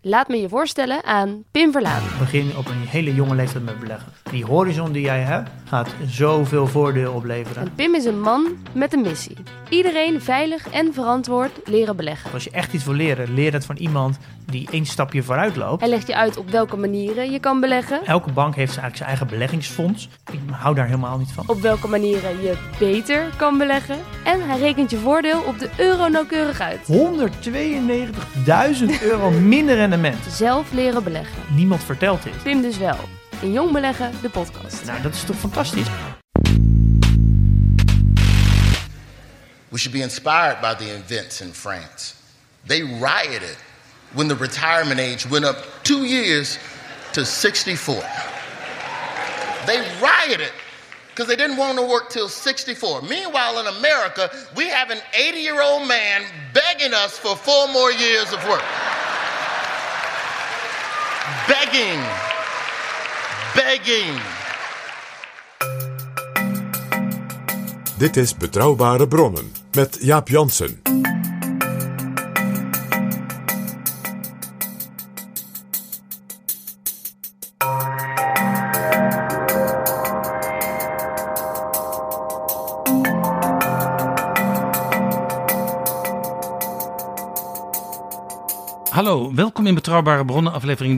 Laat me je voorstellen aan Pim Verlaan. Begin op een hele jonge leeftijd met beleggen. Die horizon die jij hebt, gaat zoveel voordeel opleveren. En Pim is een man met een missie. Iedereen veilig en verantwoord leren beleggen. Als je echt iets wil leren, leer het van iemand die 1 stapje vooruit loopt. Hij legt je uit op welke manieren je kan beleggen. Elke bank heeft eigenlijk zijn eigen beleggingsfonds. Ik hou daar helemaal niet van. Op welke manieren je beter kan beleggen. En hij rekent je voordeel op de euro nauwkeurig uit. 192.000 euro minder rendement. Zelf leren beleggen. Niemand vertelt dit. Pim dus wel. In Jong Beleggen, de podcast. Nou, dat is toch fantastisch? We should be inspired by the events in France. They rioted when the retirement age went up 2 years to 64. They rioted because they didn't want to work till 64. Meanwhile, in America, we have an 80-year-old man begging us for 4 more years of work. Begging. Dit is Betrouwbare Bronnen met Jaap Janssen. Hallo, welkom in Betrouwbare Bronnen, aflevering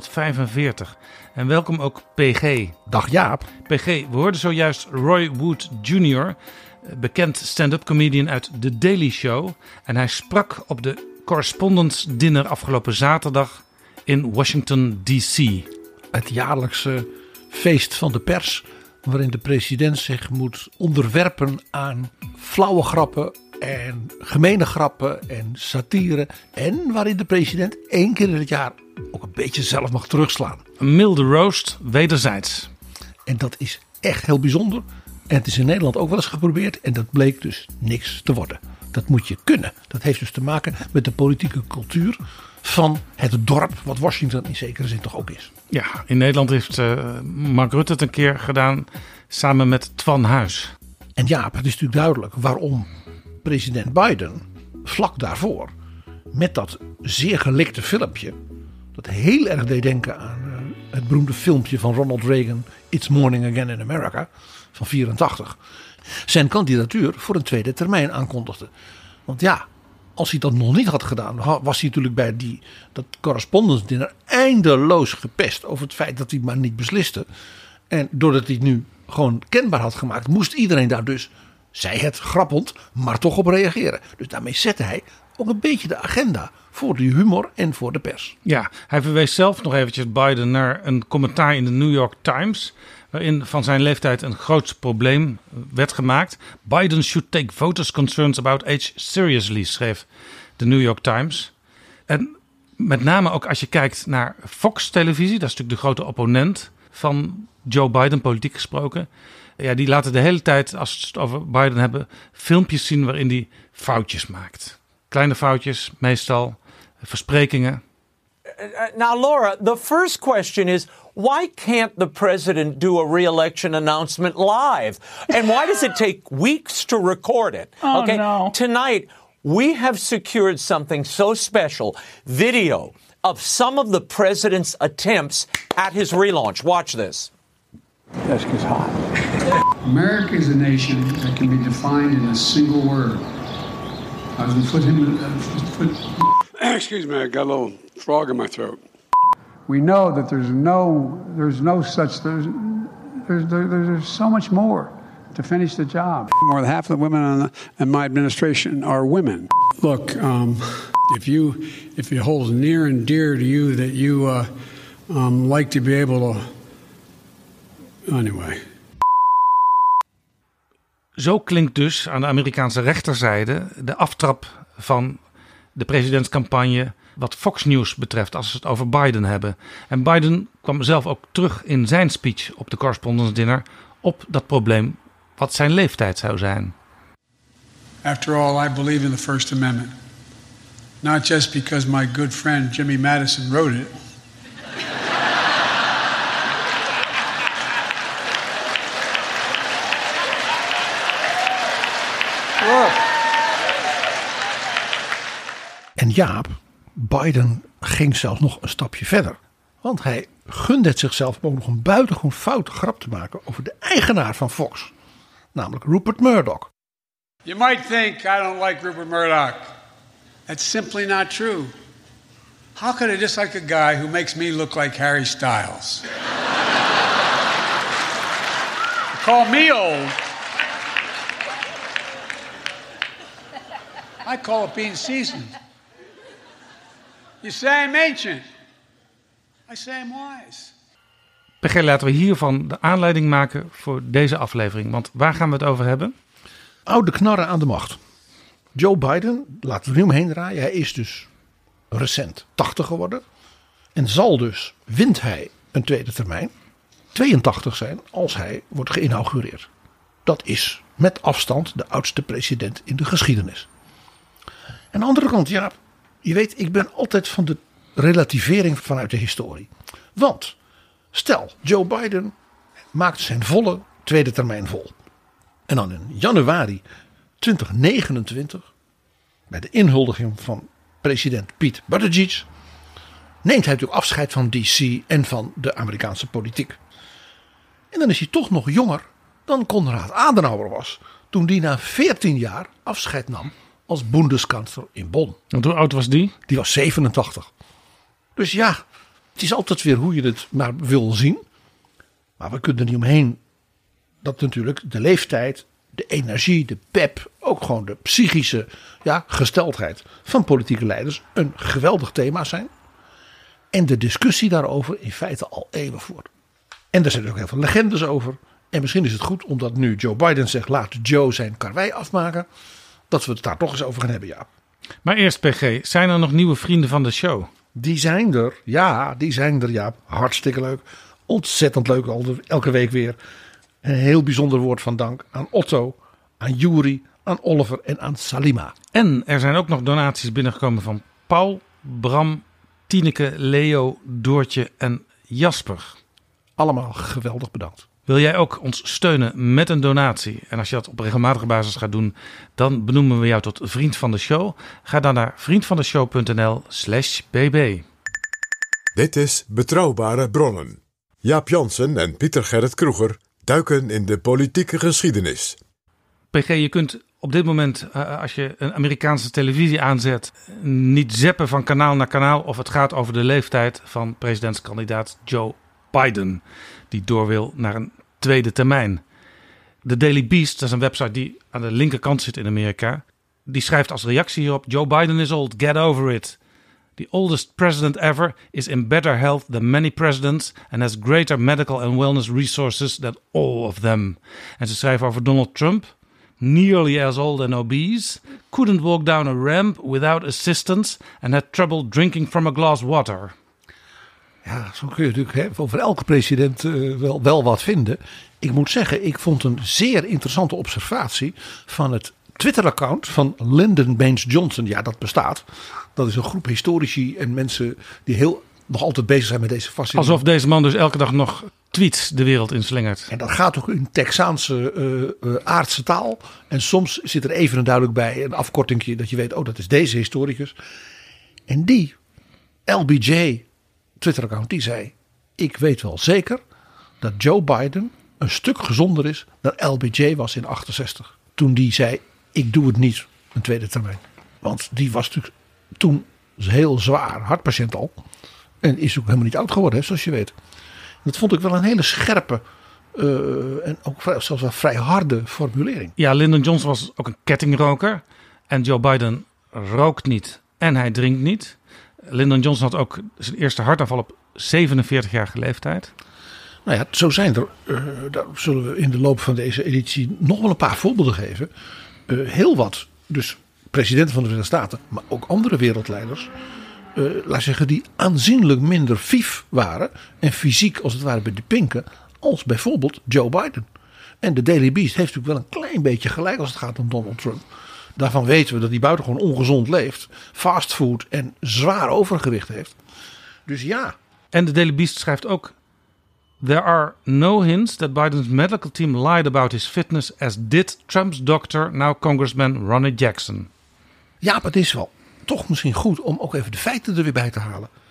345. En welkom ook PG. Dag Jaap. PG, we hoorden zojuist Roy Wood Jr., bekend stand-up comedian uit The Daily Show. En hij sprak op de Correspondence Dinner afgelopen zaterdag in Washington, D.C. Het jaarlijkse feest van de pers, waarin de president zich moet onderwerpen aan flauwe grappen en gemene grappen en satire. En waarin de president 1 keer in het jaar ook een beetje zelf mag terugslaan. Een milde roast, wederzijds. En dat is echt heel bijzonder. En het is in Nederland ook wel eens geprobeerd. En dat bleek dus niks te worden. Dat moet je kunnen. Dat heeft dus te maken met de politieke cultuur van het dorp, wat Washington in zekere zin toch ook is. Ja, in Nederland heeft Mark Rutte het een keer gedaan samen met Twan Huis. En Jaap, het is natuurlijk duidelijk waarom president Biden vlak daarvoor met dat zeer gelikte filmpje, dat heel erg deed denken aan het beroemde filmpje van Ronald Reagan, It's Morning Again in America, van 84, zijn kandidatuur voor een tweede termijn aankondigde. Want ja, als hij dat nog niet had gedaan, was hij natuurlijk bij dat correspondence dinner eindeloos gepest over het feit dat hij maar niet besliste. En doordat hij het nu gewoon kenbaar had gemaakt, moest iedereen daar dus, zij het grappend, maar toch op reageren. Dus daarmee zette hij ook een beetje de agenda voor de humor en voor de pers. Ja, hij verwees zelf nog eventjes Biden naar een commentaar in de New York Times, waarin van zijn leeftijd een groot probleem werd gemaakt. Biden should take voters' concerns about age seriously, schreef de New York Times. En met name ook als je kijkt naar Fox televisie, dat is natuurlijk de grote opponent van Joe Biden, politiek gesproken. Ja, die laten de hele tijd, als ze het over Biden hebben, filmpjes zien waarin hij foutjes maakt. Kleine foutjes, meestal versprekingen. Now, Laura, the first question is, why can't the president do a re-election announcement live? And why does it take weeks to record it? Okay, no. Tonight, we have secured something so special, video of some of the president's attempts at his relaunch. Watch this. Desk is hot. America is a nation that can be defined in a single word. Excuse me, I got a little frog in my throat. We know that there's so much more to finish the job. More than half of the women in my administration are women. Look, if it holds near and dear to you that you like to be able to, anyway. Zo klinkt dus aan de Amerikaanse rechterzijde de aftrap van de presidentscampagne wat Fox News betreft als ze het over Biden hebben. En Biden kwam zelf ook terug in zijn speech op de Correspondence Dinner op dat probleem wat zijn leeftijd zou zijn. After all, I believe in the First Amendment. Not just because my good friend Jimmy Madison wrote it. En Jaap, Biden ging zelfs nog een stapje verder. Want hij gunde het zichzelf om ook nog een buitengewoon foute grap te maken over de eigenaar van Fox. Namelijk Rupert Murdoch. You might think I don't like Rupert Murdoch. That's simply not true. How could I dislike a guy who makes me look like Harry Styles? You call me old. I call it being seasoned. You say I'm ancient. I say I'm wise. PG, laten we hiervan de aanleiding maken voor deze aflevering. Want waar gaan we het over hebben? Oude knarren aan de macht. Joe Biden, laten we nu omheen draaien. Hij is dus recent 80 geworden. En zal dus, wint hij een tweede termijn, 82 zijn als hij wordt geïnaugureerd. Dat is met afstand de oudste president in de geschiedenis. Aan de andere kant, ja, je weet, ik ben altijd van de relativering vanuit de historie. Want, stel, Joe Biden maakt zijn volle tweede termijn vol. En dan in januari 2029, bij de inhuldiging van president Pete Buttigieg, neemt hij natuurlijk afscheid van DC en van de Amerikaanse politiek. En dan is hij toch nog jonger dan Konrad Adenauer was, toen die na 14 jaar afscheid nam als Bundeskanzler in Bonn. Want hoe oud was die? Die was 87. Dus ja, het is altijd weer hoe je het maar wil zien. Maar we kunnen er niet omheen dat natuurlijk de leeftijd, de energie, de pep, ook gewoon de psychische gesteldheid van politieke leiders een geweldig thema zijn. En de discussie daarover in feite al eeuwen voort. En er zijn dus ook heel veel legendes over. En misschien is het goed omdat nu Joe Biden zegt, laat Joe zijn karwei afmaken, dat we het daar toch eens over gaan hebben, Jaap. Maar eerst, PG, zijn er nog nieuwe vrienden van de show? Die zijn er, Jaap. Hartstikke leuk. Ontzettend leuk, elke week weer. Een heel bijzonder woord van dank aan Otto, aan Juri, aan Oliver en aan Salima. En er zijn ook nog donaties binnengekomen van Paul, Bram, Tineke, Leo, Doortje en Jasper. Allemaal geweldig bedankt. Wil jij ook ons steunen met een donatie? En als je dat op regelmatige basis gaat doen, dan benoemen we jou tot vriend van de show. Ga dan naar vriendvandeshow.nl/bb. Dit is Betrouwbare Bronnen. Jaap Jansen en Pieter Gerrit Kroeger duiken in de politieke geschiedenis. PG, je kunt op dit moment, als je een Amerikaanse televisie aanzet, niet zappen van kanaal naar kanaal of het gaat over de leeftijd van presidentskandidaat Joe Biden, die door wil naar een tweede termijn. De Daily Beast, dat is een website die aan de linkerkant zit in Amerika, die schrijft als reactie hierop: Joe Biden is old, get over it. The oldest president ever is in better health than many presidents and has greater medical and wellness resources than all of them. En ze schrijven over Donald Trump: nearly as old and obese, couldn't walk down a ramp without assistance and had trouble drinking from a glass water. Ja, zo kun je natuurlijk over elke president wel wat vinden. Ik moet zeggen, ik vond een zeer interessante observatie van het Twitter-account van Lyndon Baines Johnson. Ja, dat bestaat. Dat is een groep historici en mensen die nog altijd bezig zijn met deze fascinatie. Alsof deze man dus elke dag nog tweets de wereld inslingert. En dat gaat ook in Texaanse aardse taal. En soms zit er even en duidelijk bij een afkortingje dat je weet, dat is deze historicus. En die LBJ Twitter-account, die zei: ik weet wel zeker dat Joe Biden een stuk gezonder is dan LBJ was in 68. Toen die zei, ik doe het niet een tweede termijn. Want die was natuurlijk toen heel zwaar hartpatiënt al. En is ook helemaal niet oud geworden, zoals je weet. Dat vond ik wel een hele scherpe en ook zelfs wel vrij harde formulering. Ja, Lyndon Johnson was ook een kettingroker. En Joe Biden rookt niet en hij drinkt niet. Lyndon Johnson had ook zijn eerste hartaanval op 47-jarige leeftijd. Nou ja, zo zijn er, daar zullen we in de loop van deze editie nog wel een paar voorbeelden geven. Heel wat, dus presidenten van de Verenigde Staten, maar ook andere wereldleiders, laat zeggen, die aanzienlijk minder fief waren en fysiek als het ware bij de pinken, als bijvoorbeeld Joe Biden. En de Daily Beast heeft natuurlijk wel een klein beetje gelijk als het gaat om Donald Trump. Daarvan weten we dat hij buitengewoon ongezond leeft, fastfood en zwaar overgewicht heeft. Dus ja. En de Daily Beast schrijft ook: There are no hints that Biden's medical team lied about his fitness as did Trump's doctor, now Congressman Ronny Jackson. Ja, maar het is wel toch misschien goed om ook even de feiten er weer bij te halen.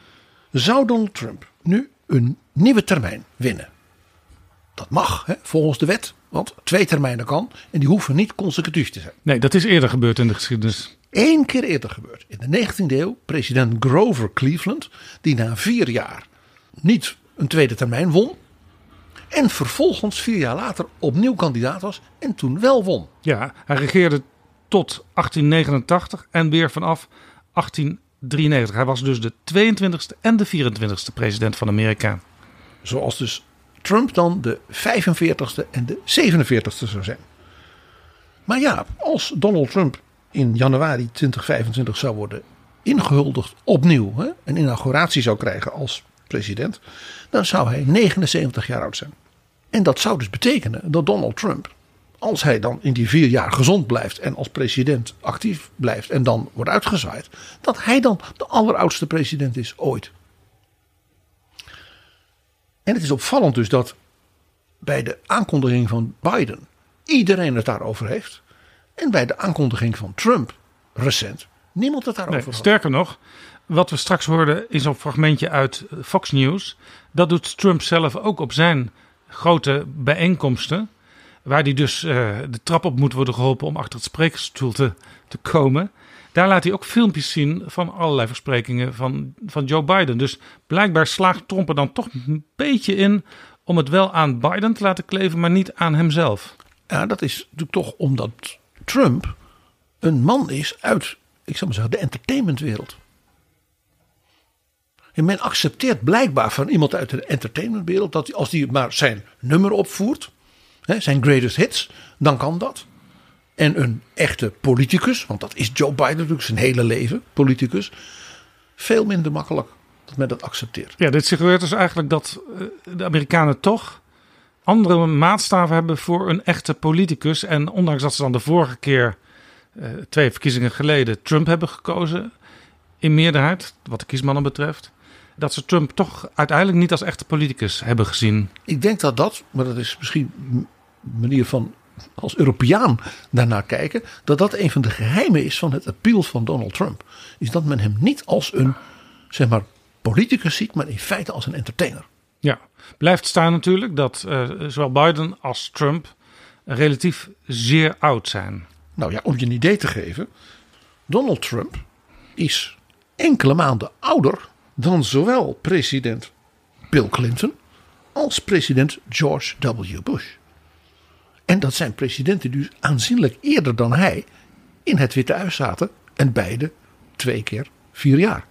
Zou Donald Trump nu een nieuwe termijn winnen? Dat mag, volgens de wet, want 2 termijnen kan en die hoeven niet consecutief te zijn. Nee, dat is eerder gebeurd in de geschiedenis. 1 keer eerder gebeurd. In de 19e eeuw, president Grover Cleveland, die na 4 jaar niet een tweede termijn won. En vervolgens 4 jaar later opnieuw kandidaat was en toen wel won. Ja, hij regeerde tot 1889 en weer vanaf 1893. Hij was dus de 22e en de 24e president van Amerika. Zoals dus Trump dan de 45e en de 47e zou zijn. Maar ja, als Donald Trump in januari 2025 zou worden ingehuldigd opnieuw, een inauguratie zou krijgen als president, dan zou hij 79 jaar oud zijn. En dat zou dus betekenen dat Donald Trump, als hij dan in die 4 jaar gezond blijft en als president actief blijft en dan wordt uitgezwaaid, dat hij dan de alleroudste president is ooit. En het is opvallend dus dat bij de aankondiging van Biden iedereen het daarover heeft. En bij de aankondiging van Trump recent niemand het daarover had. Sterker nog, wat we straks hoorden is een fragmentje uit Fox News. Dat doet Trump zelf ook op zijn grote bijeenkomsten. Waar hij dus de trap op moet worden geholpen om achter het sprekersstoel te komen. Daar laat hij ook filmpjes zien van allerlei versprekingen van Joe Biden. Dus blijkbaar slaagt Trump er dan toch een beetje in om het wel aan Biden te laten kleven, maar niet aan hemzelf. Ja, dat is natuurlijk toch omdat Trump een man is uit, ik zou maar zeggen, de entertainmentwereld. En men accepteert blijkbaar van iemand uit de entertainmentwereld dat hij, als hij maar zijn nummer opvoert, zijn greatest hits, dan kan dat. En een echte politicus, want dat is Joe Biden natuurlijk zijn hele leven, politicus, veel minder makkelijk dat men dat accepteert. Ja, dit suggereert dus eigenlijk dat de Amerikanen toch andere maatstaven hebben voor een echte politicus. En ondanks dat ze dan de vorige keer 2 verkiezingen geleden Trump hebben gekozen in meerderheid, wat de kiesmannen betreft, dat ze Trump toch uiteindelijk niet als echte politicus hebben gezien. Ik denk dat, maar dat is misschien een manier van als Europeaan daarnaar kijken, dat een van de geheimen is van het appeal van Donald Trump. Is dat men hem niet als een, zeg maar, politicus ziet, maar in feite als een entertainer. Ja, blijft staan natuurlijk dat zowel Biden als Trump relatief zeer oud zijn. Nou ja, om je een idee te geven, Donald Trump is enkele maanden ouder dan zowel president Bill Clinton als president George W. Bush. En dat zijn presidenten die dus aanzienlijk eerder dan hij in het Witte Huis zaten. En beide 2 keer 4 jaar.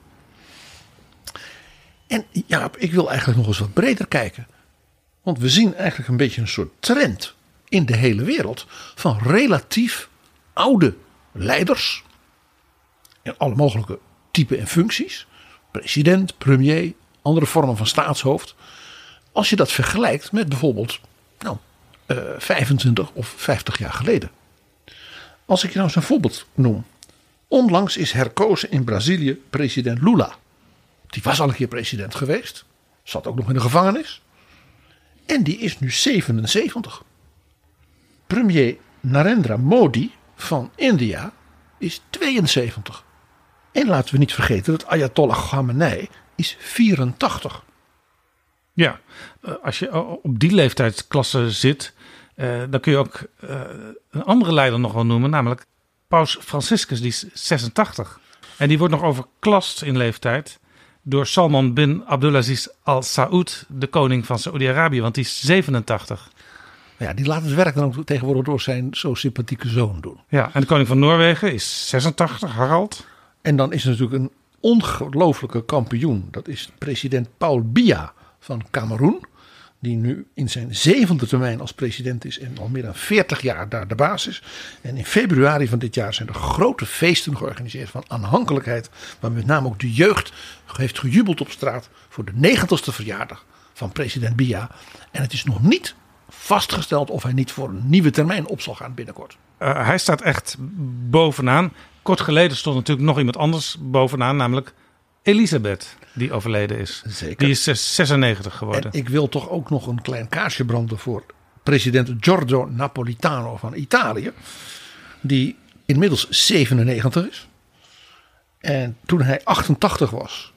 En ja, ik wil eigenlijk nog eens wat breder kijken. Want we zien eigenlijk een beetje een soort trend in de hele wereld van relatief oude leiders. In alle mogelijke typen en functies. President, premier, andere vormen van staatshoofd. Als je dat vergelijkt met bijvoorbeeld 25 of 50 jaar geleden. Als ik je nou eens een voorbeeld noem. Onlangs is herkozen in Brazilië president Lula. Die was al een keer president geweest. Zat ook nog in de gevangenis. En die is nu 77. Premier Narendra Modi van India is 72. En laten we niet vergeten dat Ayatollah Khamenei is 84. Ja, als je op die leeftijdsklasse zit, dan kun je ook een andere leider nog wel noemen, namelijk Paus Franciscus, die is 86. En die wordt nog overklast in leeftijd door Salman bin Abdulaziz Al Saud, de koning van Saoedi-Arabië, want die is 87. Ja, die laat het werk dan ook tegenwoordig door zijn zo sympathieke zoon doen. Ja, en de koning van Noorwegen is 86, Harald. En dan is er natuurlijk een ongelooflijke kampioen. Dat is president Paul Biya van Cameroen. Die nu in zijn 7e termijn als president is en al meer dan 40 jaar daar de baas is. En in februari van dit jaar zijn er grote feesten georganiseerd van aanhankelijkheid. Waar met name ook de jeugd heeft gejubeld op straat voor de 90ste verjaardag van president Biya. En het is nog niet vastgesteld of hij niet voor een nieuwe termijn op zal gaan binnenkort. Hij staat echt bovenaan. Kort geleden stond natuurlijk nog iemand anders bovenaan, namelijk Elisabeth, die overleden is. Zeker. Die is 96 geworden. En ik wil toch ook nog een klein kaarsje branden voor president Giorgio Napolitano van Italië. Die inmiddels 97 is. En toen hij 88 was,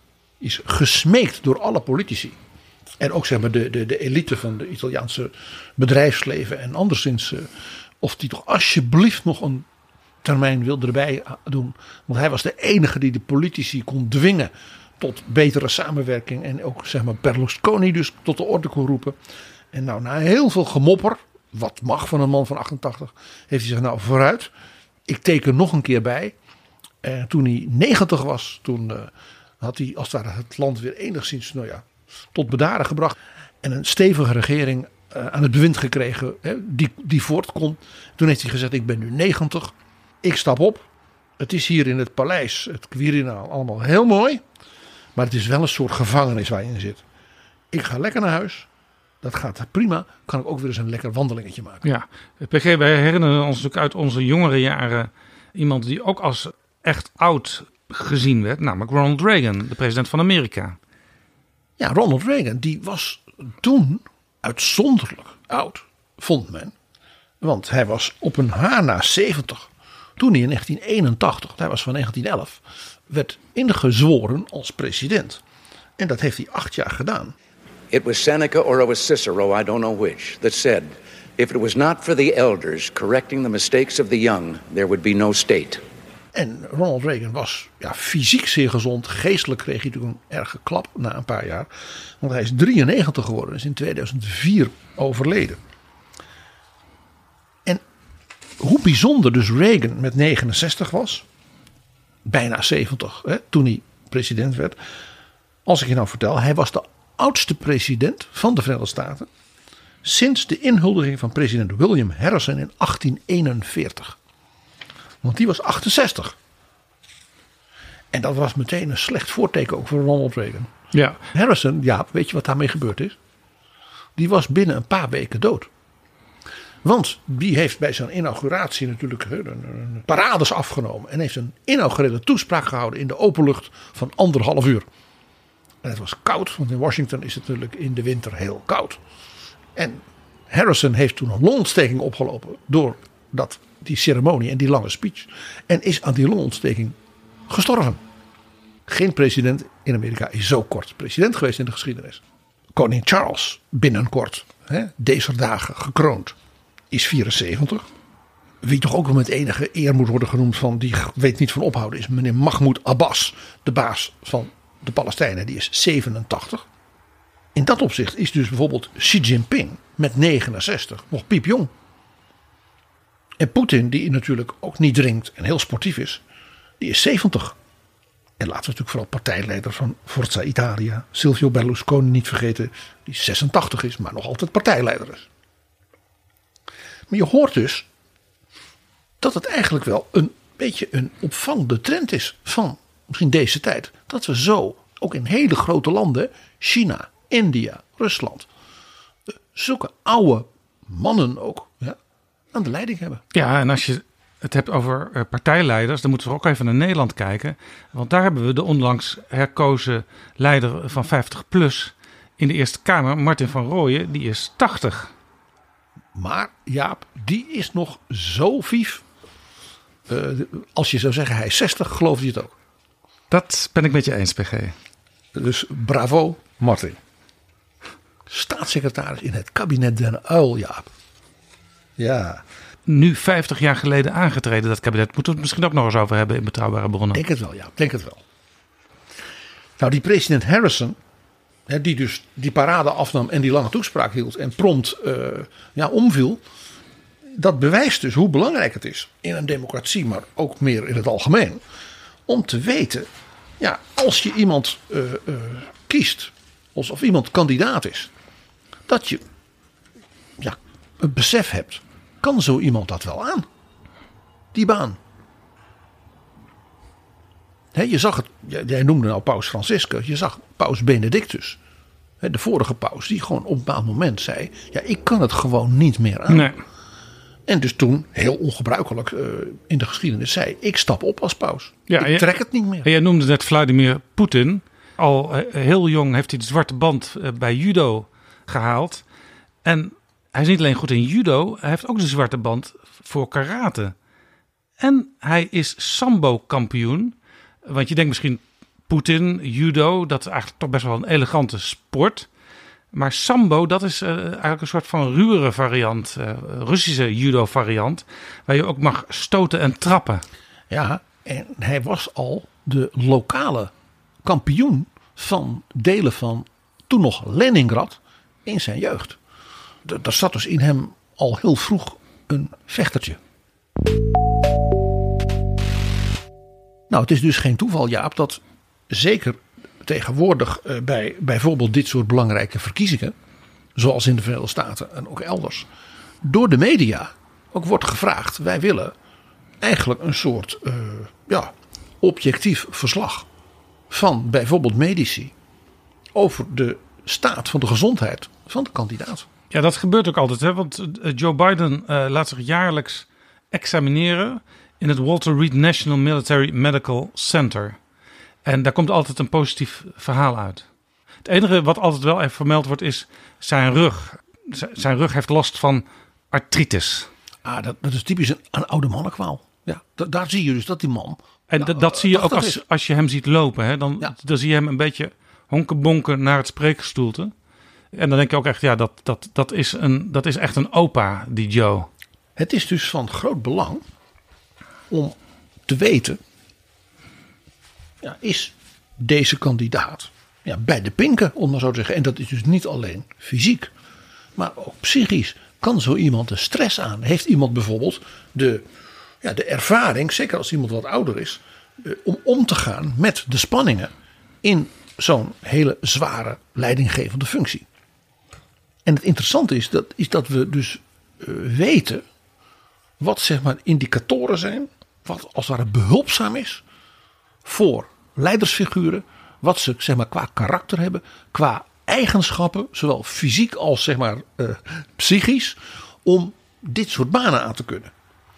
is gesmeekt door alle politici. En ook zeg maar de elite van de Italiaanse bedrijfsleven en anderszins. Of die toch alsjeblieft nog een termijn wilde erbij doen. Want hij was de enige die de politici kon dwingen tot betere samenwerking. En ook zeg maar Berlusconi dus tot de orde kon roepen. En nou na heel veel gemopper, wat mag van een man van 88, heeft hij gezegd nou vooruit. Ik teken nog een keer bij. En toen hij 90 was, toen had hij als het ware het land weer enigszins tot bedaren gebracht. En een stevige regering aan het bewind gekregen die voort kon. Toen heeft hij gezegd ik ben nu 90. Ik stap op. Het is hier in het paleis, het Quirinaal, allemaal heel mooi. Maar het is wel een soort gevangenis waar je in zit. Ik ga lekker naar huis. Dat gaat prima. Kan ik ook weer eens een lekker wandelingetje maken. Ja, PG, wij herinneren ons natuurlijk uit onze jongere jaren iemand die ook als echt oud gezien werd. Namelijk Ronald Reagan, de president van Amerika. Ja, Ronald Reagan, die was toen uitzonderlijk oud, vond men. Want hij was op een haar na 70. Toen hij in 1981, hij was van 1911, werd ingezworen als president. En dat heeft hij 8 jaar gedaan. It was Seneca or it was Cicero, I don't know which, that said, if it was not for the elders correcting the mistakes of the young, there would be no state. En Ronald Reagan was fysiek zeer gezond. Geestelijk kreeg hij natuurlijk een erge klap na een paar jaar. Want hij is 93 geworden. Is in 2004 overleden. En hoe bijzonder dus Reagan met 69 was. Bijna 70 toen hij president werd. Als ik je nou vertel. Hij was de oudste president van de Verenigde Staten. Sinds de inhuldiging van president William Harrison in 1841. Want die was 68. En dat was meteen een slecht voorteken ook voor Ronald Reagan. Ja. Harrison, weet je wat daarmee gebeurd is? Die was binnen een paar weken dood. Want die heeft bij zijn inauguratie natuurlijk een parades afgenomen. En heeft een inaugurele toespraak gehouden in de openlucht van 1,5 uur. En het was koud, want in Washington is het natuurlijk in de winter heel koud. En Harrison heeft toen een longontsteking opgelopen door die ceremonie en die lange speech. En is aan die longontsteking gestorven. Geen president in Amerika is zo kort president geweest in de geschiedenis. Koning Charles binnenkort, deze dagen gekroond, is 74. Wie toch ook wel met enige eer moet worden genoemd van die weet niet van ophouden is meneer Mahmoud Abbas, de baas van de Palestijnen, die is 87. In dat opzicht is dus bijvoorbeeld Xi Jinping met 69 nog piepjong. En Poetin, die natuurlijk ook niet drinkt en heel sportief is, die is 70. En laten we natuurlijk vooral partijleider van Forza Italia, Silvio Berlusconi niet vergeten, die 86 is, maar nog altijd partijleider is. Maar je hoort dus dat het eigenlijk wel een beetje een opvallende trend is van misschien deze tijd. Dat we zo, ook in hele grote landen, China, India, Rusland, zulke oude mannen ook aan de leiding hebben. Ja, en als je het hebt over partijleiders, dan moeten we ook even naar Nederland kijken. Want daar hebben we de onlangs herkozen leider van 50PLUS in de Eerste Kamer, Martin van Rooyen, die is 80. Maar Jaap, die is nog zo vief. Als je zou zeggen hij is 60, geloof je het ook. Dat ben ik met je eens, PG. Dus bravo, Martin. Staatssecretaris in het kabinet Den Uyl, Jaap. Ja. Nu 50 jaar geleden aangetreden, dat kabinet. Moeten we het misschien ook nog eens over hebben in Betrouwbare Bronnen. Denk het wel, ja. Denk het wel. Nou, die president Harrison, die dus die parade afnam en die lange toespraak hield en prompt omviel. Dat bewijst dus hoe belangrijk het is in een democratie, maar ook meer in het algemeen. Om te weten, als je iemand kiest, of iemand kandidaat is, dat je een besef hebt. Kan zo iemand dat wel aan? Die baan. Je zag het, jij noemde nou paus Franciscus, je zag paus Benedictus. De vorige paus, die gewoon op een bepaald moment zei, ik kan het gewoon niet meer aan. Nee. En dus toen, heel ongebruikelijk in de geschiedenis, zei ik stap op als paus. Ik trek het niet meer. En jij noemde net Vladimir Poetin. Al heel jong heeft hij de zwarte band bij judo gehaald. En hij is niet alleen goed in judo, hij heeft ook de zwarte band voor karate. En hij is sambo kampioen. Want je denkt misschien Poetin, judo, dat is eigenlijk toch best wel een elegante sport. Maar sambo, dat is eigenlijk een soort van ruwere variant, Russische judo variant, waar je ook mag stoten en trappen. Ja, en hij was al de lokale kampioen van delen van toen nog Leningrad in zijn jeugd. Daar zat dus in hem al heel vroeg een vechtertje. Nou, het is dus geen toeval, Jaap, dat zeker tegenwoordig bij bijvoorbeeld dit soort belangrijke verkiezingen, zoals in de Verenigde Staten en ook elders, door de media ook wordt gevraagd: wij willen eigenlijk een soort objectief verslag van bijvoorbeeld medici over de staat van de gezondheid van de kandidaat. Ja, dat gebeurt ook altijd, hè? Want Joe Biden laat zich jaarlijks examineren in het Walter Reed National Military Medical Center. En daar komt altijd een positief verhaal uit. Het enige wat altijd wel even vermeld wordt is zijn rug. Zijn rug heeft last van artritis. Dat is typisch een oude mannenkwaal. Ja, daar zie je dus dat die man... En dat zie je ook als je hem ziet lopen. Hè? Dan zie je hem een beetje honkenbonken naar het spreekgestoelte. En dan denk je ook echt, ja, dat is echt een opa, die Joe. Het is dus van groot belang om te weten, is deze kandidaat bij de pinken, om maar zo te zeggen. En dat is dus niet alleen fysiek, maar ook psychisch. Kan zo iemand de stress aan? Heeft iemand bijvoorbeeld de ervaring, zeker als iemand wat ouder is, om te gaan met de spanningen in zo'n hele zware leidinggevende functie? En het interessante is dat we dus weten wat zeg maar indicatoren zijn, wat als het ware behulpzaam is voor leidersfiguren, wat ze zeg maar qua karakter hebben, qua eigenschappen, zowel fysiek als zeg maar psychisch, om dit soort banen aan te kunnen.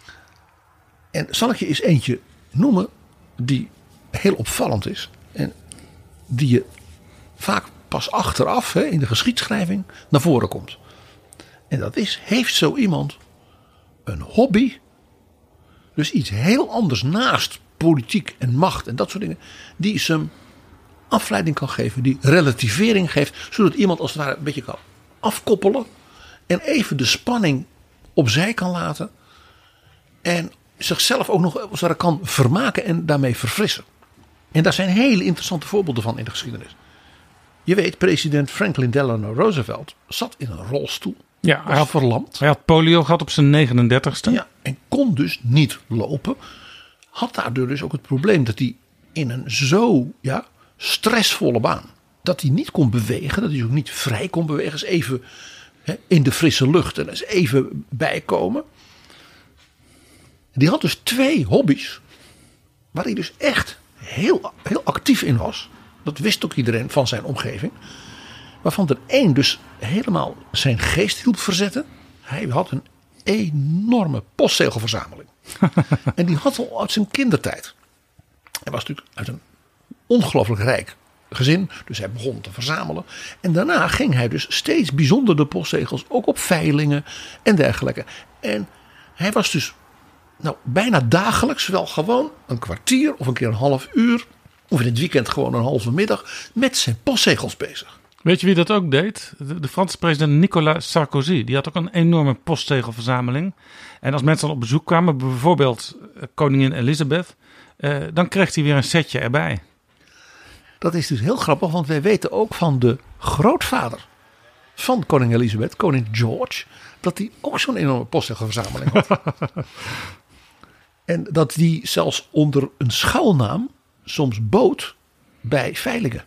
En zal ik je eens eentje noemen die heel opvallend is en die je vaak pas achteraf in de geschiedschrijving naar voren komt. En dat is, heeft zo iemand een hobby, dus iets heel anders naast politiek en macht en dat soort dingen, die zijn afleiding kan geven, die relativering geeft, zodat iemand als het ware een beetje kan afkoppelen en even de spanning opzij kan laten en zichzelf ook nog als het ware kan vermaken en daarmee verfrissen. En daar zijn hele interessante voorbeelden van in de geschiedenis. Je weet, president Franklin Delano Roosevelt zat in een rolstoel. Ja, hij had verlamd. Hij had polio gehad op zijn 39ste. Ja, en kon dus niet lopen. Had daardoor dus ook het probleem dat hij in een zo stressvolle baan, dat hij niet kon bewegen, dat hij ook niet vrij kon bewegen. Dus even in de frisse lucht en eens even bijkomen. Die had dus 2 hobby's waar hij dus echt heel, heel actief in was. Dat wist ook iedereen van zijn omgeving. Waarvan er 1 dus helemaal zijn geest hielp verzetten. Hij had een enorme postzegelverzameling. En die had al uit zijn kindertijd. Hij was natuurlijk uit een ongelooflijk rijk gezin. Dus hij begon te verzamelen. En daarna ging hij dus steeds bijzondere postzegels. Ook op veilingen en dergelijke. En hij was dus bijna dagelijks wel gewoon een kwartier of een keer een half uur. Of in het weekend gewoon een halve middag met zijn postzegels bezig. Weet je wie dat ook deed? De Franse president Nicolas Sarkozy. Die had ook een enorme postzegelverzameling. En als mensen dan op bezoek kwamen, bijvoorbeeld koningin Elizabeth, dan kreeg hij weer een setje erbij. Dat is dus heel grappig, want wij weten ook van de grootvader van koningin Elizabeth, koning George, dat hij ook zo'n enorme postzegelverzameling had. En dat die zelfs onder een schuilnaam soms bood bij veilingen.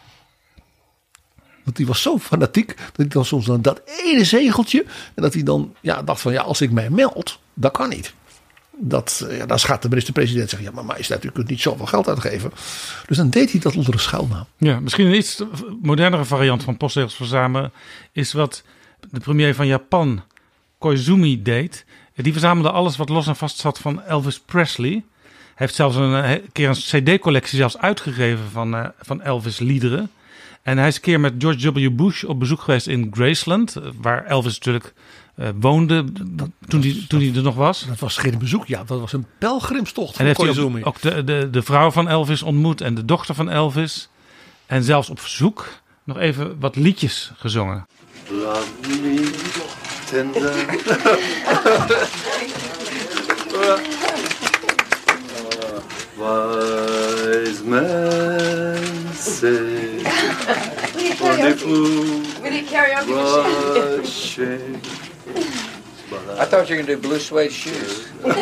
Want die was zo fanatiek dat hij dan soms dat ene zegeltje, en dat hij dan dacht van als ik mij meld, dat kan niet. Dan gaat de minister-president zeggen, maar majesteit, u kunt niet zoveel geld uitgeven. Dus dan deed hij dat onder een schuilnaam. Ja, misschien een iets modernere variant van postzegels verzamelen is wat de premier van Japan, Koizumi, deed. Die verzamelde alles wat los en vast zat van Elvis Presley. Hij heeft zelfs een keer een cd-collectie zelfs uitgegeven van Elvis liederen. En hij is een keer met George W. Bush op bezoek geweest in Graceland, waar Elvis natuurlijk woonde toen hij er nog was. Dat was geen bezoek, ja. Dat was een pelgrimstocht. En heeft hij ook de vrouw van Elvis ontmoet en de dochter van Elvis. En zelfs op verzoek nog even wat liedjes gezongen. Love me tender. Wise men say. We need karaoke machine. I thought you were going to do blue suede shoes.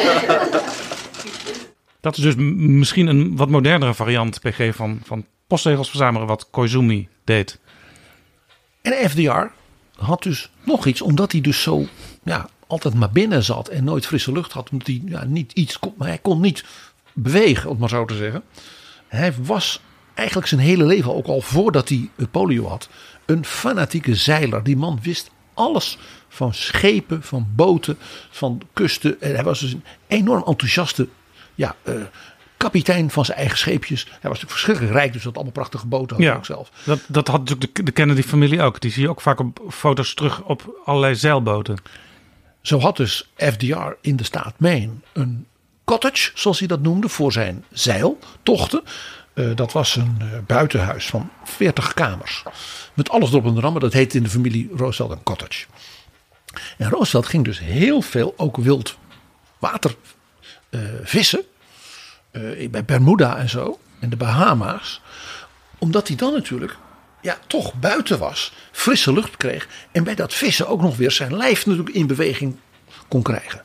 Dat is dus misschien een wat modernere variant, PG, van postzegels verzamelen wat Koizumi deed. En FDR had dus nog iets, omdat hij dus zo altijd maar binnen zat en nooit frisse lucht had. Omdat hij niet iets kon, maar hij kon niet bewegen, om het maar zo te zeggen. Hij was eigenlijk zijn hele leven, ook al voordat hij polio had, een fanatieke zeiler. Die man wist alles van schepen, van boten, van kusten. En hij was dus een enorm enthousiaste kapitein van zijn eigen scheepjes. Hij was natuurlijk verschrikkelijk rijk, dus had allemaal prachtige boten. Had hij ook zelf. Dat had natuurlijk de Kennedy-familie ook. Die zie je ook vaak op foto's terug op allerlei zeilboten. Zo had dus FDR in de staat Maine een cottage, zoals hij dat noemde, voor zijn zeiltochten. Dat was een buitenhuis van 40 kamers. Met alles erop en eraan, maar dat heette in de familie Roosevelt een cottage. En Roosevelt ging dus heel veel ook wild water vissen. Bij Bermuda en zo. En de Bahama's. Omdat hij dan natuurlijk toch buiten was. Frisse lucht kreeg. En bij dat vissen ook nog weer zijn lijf natuurlijk in beweging kon krijgen.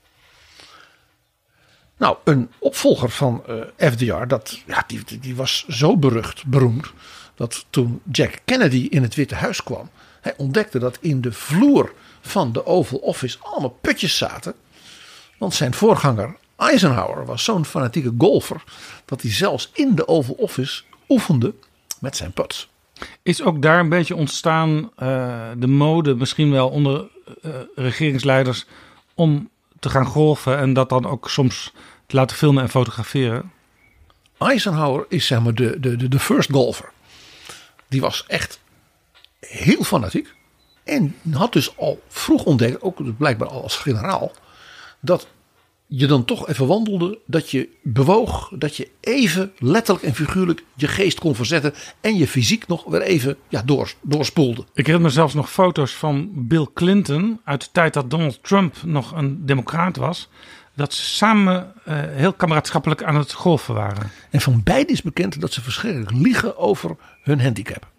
Nou, een opvolger van FDR, die was zo beroemd, dat toen Jack Kennedy in het Witte Huis kwam, hij ontdekte dat in de vloer van de Oval Office allemaal putjes zaten. Want zijn voorganger Eisenhower was zo'n fanatieke golfer, dat hij zelfs in de Oval Office oefende met zijn putts. Is ook daar een beetje ontstaan de mode, misschien wel onder regeringsleiders, om te gaan golfen en dat dan ook soms te laten filmen en fotograferen? Eisenhower is zeg maar de first golfer. Die was echt heel fanatiek. En had dus al vroeg ontdekt, ook blijkbaar al als generaal, dat je dan toch even wandelde, dat je bewoog, dat je even letterlijk en figuurlijk je geest kon verzetten en je fysiek nog weer even doorspoelde. Ik herinner me zelfs nog foto's van Bill Clinton uit de tijd dat Donald Trump nog een democraat was, dat ze samen heel kameraadschappelijk aan het golfen waren. En van beiden is bekend dat ze verschrikkelijk liegen over hun handicap.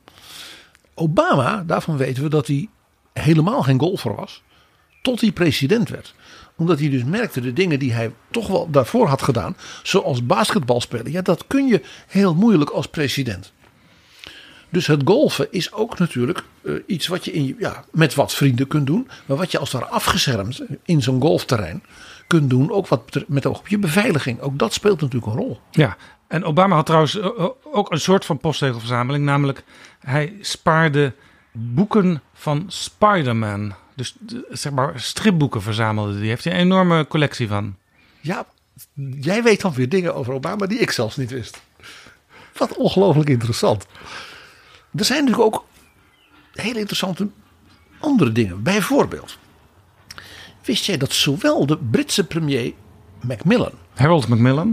Obama, daarvan weten we dat hij helemaal geen golfer was, tot hij president werd. Omdat hij dus merkte de dingen die hij toch wel daarvoor had gedaan, zoals basketbal spelen. Dat kun je heel moeilijk als president. Dus het golfen is ook natuurlijk iets wat je met wat vrienden kunt doen. Maar wat je als daar afgeschermd in zo'n golfterrein kunt doen. Ook wat met oog op je beveiliging. Ook dat speelt natuurlijk een rol. Ja, en Obama had trouwens ook een soort van postzegelverzameling. Namelijk, hij spaarde boeken van Spider-Man. Dus zeg maar stripboeken verzamelde hij. Heeft hij een enorme collectie van. Ja, jij weet dan weer dingen over Obama die ik zelfs niet wist. Wat ongelooflijk interessant. Er zijn natuurlijk ook hele interessante andere dingen. Bijvoorbeeld, wist jij dat zowel de Britse premier Harold Macmillan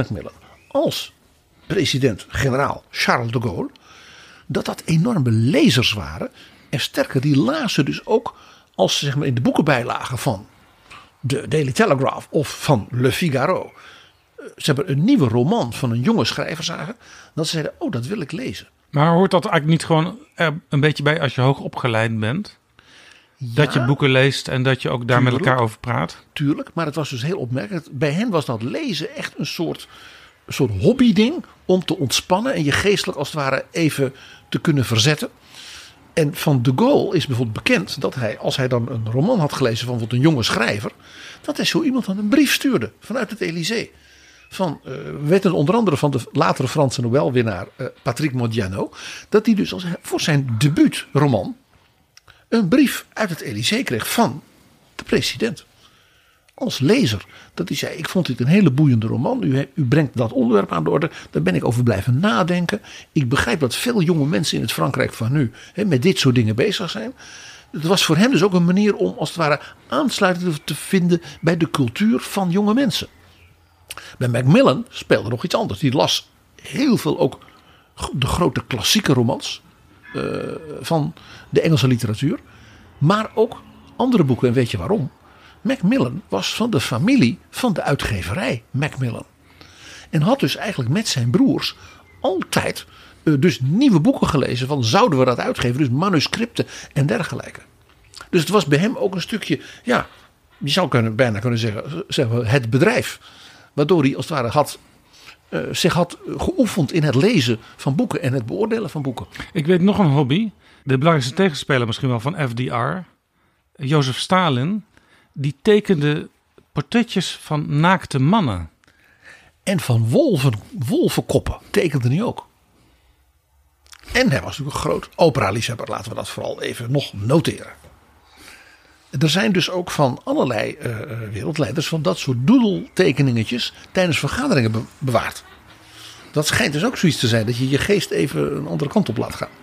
als president-generaal Charles de Gaulle, dat enorme lezers waren. En sterker, die lazen dus ook als ze zeg maar in de boekenbijlagen van de Daily Telegraph of van Le Figaro, ze hebben een nieuwe roman van een jonge schrijver zagen, dat ze zeiden, dat wil ik lezen. Maar hoort dat eigenlijk niet gewoon een beetje bij als je hoog opgeleid bent? Dat je boeken leest en dat je ook daar met elkaar over praat? Tuurlijk, maar het was dus heel opmerkelijk. Bij hen was dat lezen echt een soort hobbyding om te ontspannen en je geestelijk als het ware even te kunnen verzetten. En van de Gaulle is bijvoorbeeld bekend dat hij, als hij dan een roman had gelezen van bijvoorbeeld een jonge schrijver, dat hij zo iemand dan een brief stuurde vanuit het Élysée. We weten onder andere van de latere Franse Nobelwinnaar Patrick Modiano, dat hij dus voor zijn debuutroman een brief uit het Élysée kreeg van de president. Als lezer. Dat hij zei, ik vond dit een hele boeiende roman. U brengt dat onderwerp aan de orde. Daar ben ik over blijven nadenken. Ik begrijp dat veel jonge mensen in het Frankrijk van nu met dit soort dingen bezig zijn. het was voor hem dus ook een manier om als het ware aansluiting te vinden bij de cultuur van jonge mensen. Bij Macmillan speelde nog iets anders. Die las heel veel ook de grote klassieke romans van de Engelse literatuur. Maar ook andere boeken. En weet je waarom? Macmillan was van de familie van de uitgeverij Macmillan. En had dus eigenlijk met zijn broers altijd dus nieuwe boeken gelezen van zouden we dat uitgeven. Dus manuscripten en dergelijke. Dus het was bij hem ook een stukje, ja, je zou bijna kunnen zeggen het bedrijf. Waardoor hij als het ware zich had geoefend in het lezen van boeken en het beoordelen van boeken. Ik weet nog een hobby. De belangrijkste tegenspeler misschien wel van FDR. Jozef Stalin. Die tekende portretjes van naakte mannen. En van wolvenkoppen tekende hij ook. En hij was natuurlijk een groot opera-liefhebber. Laten we dat vooral even nog noteren. Er zijn dus ook van allerlei wereldleiders van dat soort doedeltekeningetjes tijdens vergaderingen bewaard. Dat schijnt dus ook zoiets te zijn dat je je geest even een andere kant op laat gaan.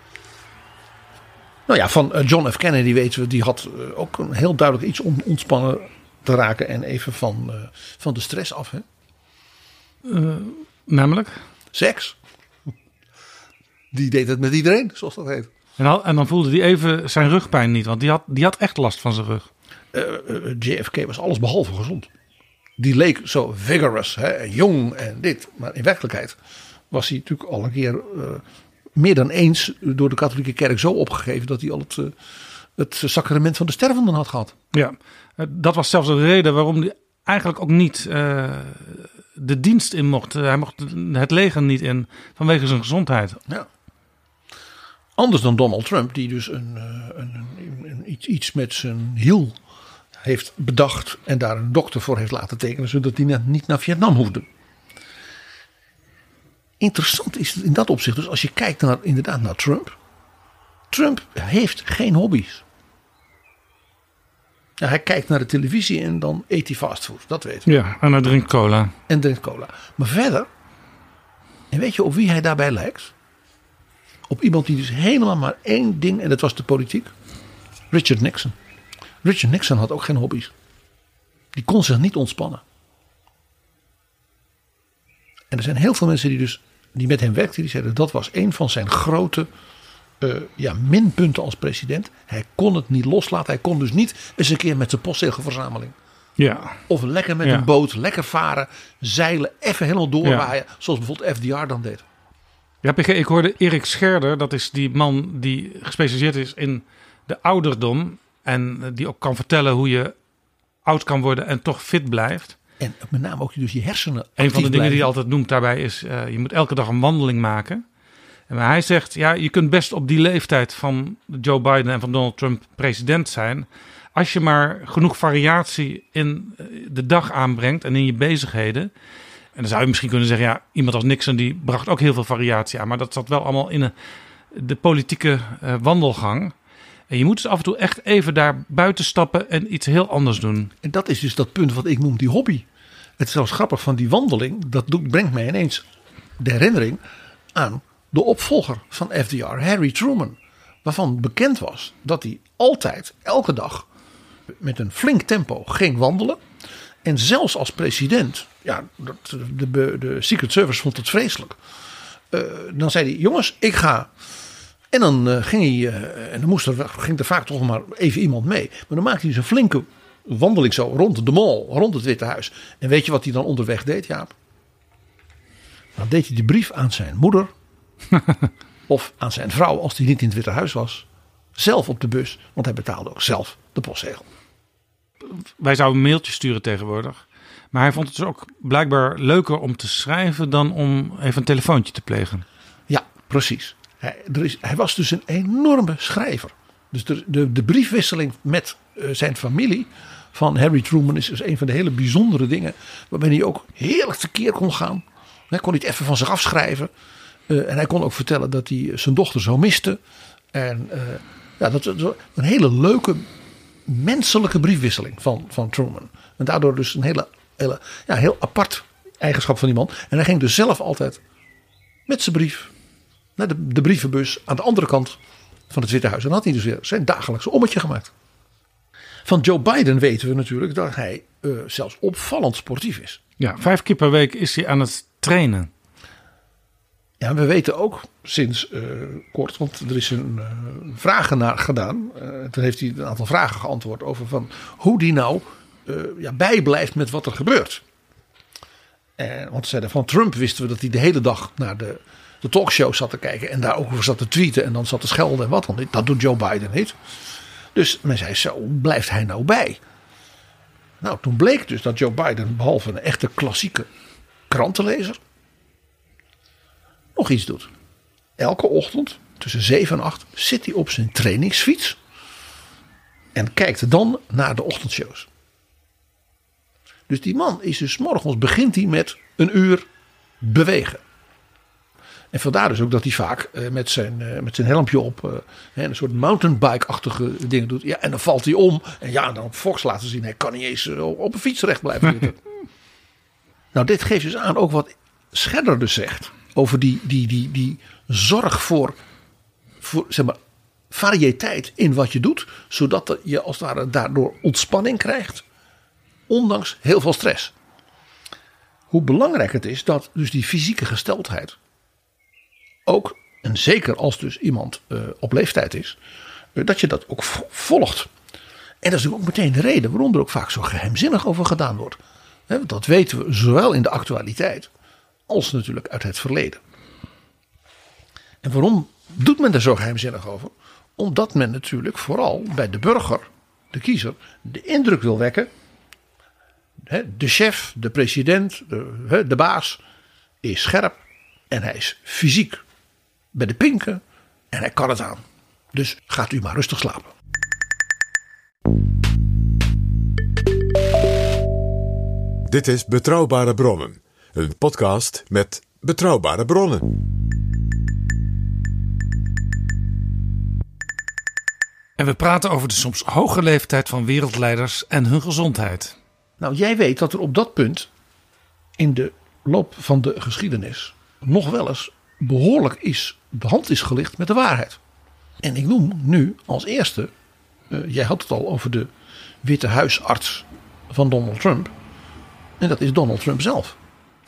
Nou ja, van John F. Kennedy weten we, die had ook een heel duidelijk iets om ontspannen te raken en even van de stress af. Hè? Namelijk? Seks. Die deed het met iedereen, zoals dat heet. En dan voelde hij even zijn rugpijn niet, want die had echt last van zijn rug. JFK was alles behalve gezond. Die leek zo vigorous, hè, jong en dit. Maar in werkelijkheid was hij natuurlijk al een keer meer dan eens door de katholieke kerk zo opgegeven dat hij al het sacrament van de stervenden had gehad. Ja, dat was zelfs de reden waarom hij eigenlijk ook niet de dienst in mocht. Hij mocht het leger niet in vanwege zijn gezondheid. Ja. Anders dan Donald Trump, die dus iets met zijn hiel heeft bedacht en daar een dokter voor heeft laten tekenen, zodat hij niet naar Vietnam hoefde. Interessant is het in dat opzicht, dus als je kijkt inderdaad naar Trump. Trump heeft geen hobby's. Ja, hij kijkt naar de televisie en dan eet hij fastfood, dat weten we. Ja, en hij drinkt cola. Maar verder, en weet je op wie hij daarbij lijkt? Op iemand die dus helemaal maar één ding, en dat was de politiek. Richard Nixon. Richard Nixon had ook geen hobby's. Die kon zich niet ontspannen. En er zijn heel veel mensen die met hem werkten, die zeiden dat was een van zijn grote minpunten als president. Hij kon het niet loslaten. Hij kon dus niet eens een keer met zijn postzegelverzameling. Ja. Of lekker met een boot, lekker varen, zeilen, even helemaal doorwaaien. Ja. Zoals bijvoorbeeld FDR dan deed. Ja, PG, ik hoorde Erik Scherder, dat is die man die gespecialiseerd is in de ouderdom. En die ook kan vertellen hoe je oud kan worden en toch fit blijft. En met name ook dus je hersenen. Een van de dingen blijven. die hij altijd noemt daarbij is, je moet elke dag een wandeling maken. En hij zegt, ja, je kunt best op die leeftijd van Joe Biden en van Donald Trump president zijn. Als je maar genoeg variatie in de dag aanbrengt en in je bezigheden. En dan zou je misschien kunnen zeggen, ja, iemand als Nixon die bracht ook heel veel variatie aan. Maar dat zat wel allemaal in de politieke wandelgang. En je moet dus af en toe echt even daar buiten stappen en iets heel anders doen. En dat is dus dat punt wat ik noem die hobby. Het is zelfs grappig van die wandeling. Dat brengt mij ineens de herinnering aan de opvolger van FDR, Harry Truman. Waarvan bekend was dat hij altijd, elke dag, met een flink tempo ging wandelen. En zelfs als president, ja, de Secret Service vond het vreselijk. Dan zei hij, jongens, ik ga. En dan ging hij, en dan ging er vaak toch maar even iemand mee. Maar dan maakte hij dus een flinke wandeling zo rond de mall, rond het Witte Huis. En weet je wat hij dan onderweg deed, Jaap? Dan deed hij de brief aan zijn moeder of aan zijn vrouw als hij niet in het Witte Huis was. Zelf op de bus, want hij betaalde ook zelf de postzegel. Wij zouden een mailtje sturen tegenwoordig. Maar hij vond het dus ook blijkbaar leuker om te schrijven dan om even een telefoontje te plegen. Ja, precies. Hij was dus een enorme schrijver. Dus de briefwisseling met zijn familie van Harry Truman is dus een van de hele bijzondere dingen. Waarbij hij ook heerlijk tekeer kon gaan. Hij kon niet even van zich afschrijven. En hij kon ook vertellen dat hij zijn dochter zo miste. En dat was een hele leuke menselijke briefwisseling van Truman. En daardoor dus een heel apart eigenschap van die man. En hij ging dus zelf altijd met zijn brief naar de brievenbus aan de andere kant van het Witte Huis. Dan had hij dus weer zijn dagelijkse ommetje gemaakt. Van Joe Biden weten we natuurlijk dat hij zelfs opvallend sportief is. Ja, 5 keer per week is hij aan het trainen. Ja, we weten ook sinds kort, want er is een vragen naar gedaan. Toen heeft hij een aantal vragen geantwoord over van hoe die nou bijblijft met wat er gebeurt. Want ze zeiden van Trump wisten we dat hij de hele dag naar de talkshows zat te kijken en daar ook over zat te tweeten en dan zat te schelden en wat dan niet. Dat doet Joe Biden niet. Dus men zei zo, blijft hij nou bij? Nou, toen bleek dus dat Joe Biden behalve een echte klassieke krantenlezer nog iets doet. Elke ochtend tussen 7 en 8 zit hij op zijn trainingsfiets en kijkt dan naar de ochtendshows. Dus die man is dus 's morgens begint hij met een uur bewegen. En vandaar dus ook dat hij vaak met zijn helmpje op een soort mountainbike-achtige dingen doet. Ja, en dan valt hij om. En ja, dan op Fox laten zien, hij kan niet eens op een fiets recht blijven zitten. Nou, dit geeft dus aan ook wat Scherder dus zegt. Over die zorg voor zeg maar, variëteit in wat je doet. Zodat je als het ware daardoor ontspanning krijgt. Ondanks heel veel stress. Hoe belangrijk het is dat dus die fysieke gesteldheid ook, en zeker als dus iemand op leeftijd is, dat je dat ook volgt. En dat is ook meteen de reden waarom er ook vaak zo geheimzinnig over gedaan wordt. Dat weten we zowel in de actualiteit als natuurlijk uit het verleden. En waarom doet men er zo geheimzinnig over? Omdat men natuurlijk vooral bij de burger, de kiezer, de indruk wil wekken. De chef, de president, de baas is scherp en hij is fysiek bij de pinken en hij kan het aan. Dus gaat u maar rustig slapen. Dit is Betrouwbare Bronnen, een podcast met betrouwbare bronnen. En we praten over de soms hoge leeftijd van wereldleiders en hun gezondheid. Nou, jij weet dat er op dat punt in de loop van de geschiedenis nog wel eens behoorlijk de hand is gelicht met de waarheid. En ik noem nu als eerste, jij had het al over de Witte Huisarts van Donald Trump. En dat is Donald Trump zelf.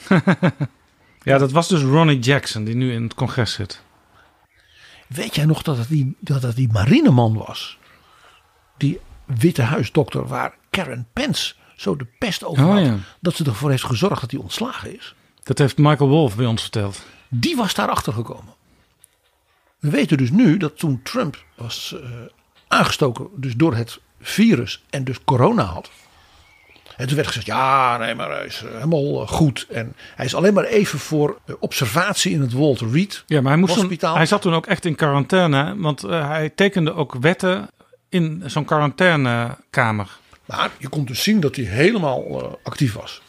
Ja, dat was dus Ronnie Jackson die nu in het congres zit. Weet jij nog dat het die marineman was? Die Witte Huisdokter waar Karen Pence zo de pest over had. Ja. Dat ze ervoor heeft gezorgd dat hij ontslagen is. Dat heeft Michael Wolff bij ons verteld. Die was daarachter gekomen. We weten dus nu dat toen Trump was aangestoken dus door het virus en dus corona had. En toen werd gezegd, ja, nee, maar hij is helemaal goed. En hij is alleen maar even voor observatie in het Walter Reed hospitaal. Hij zat toen ook echt in quarantaine. Want hij tekende ook wetten in zo'n quarantainekamer. Maar je kon dus zien dat hij helemaal actief was.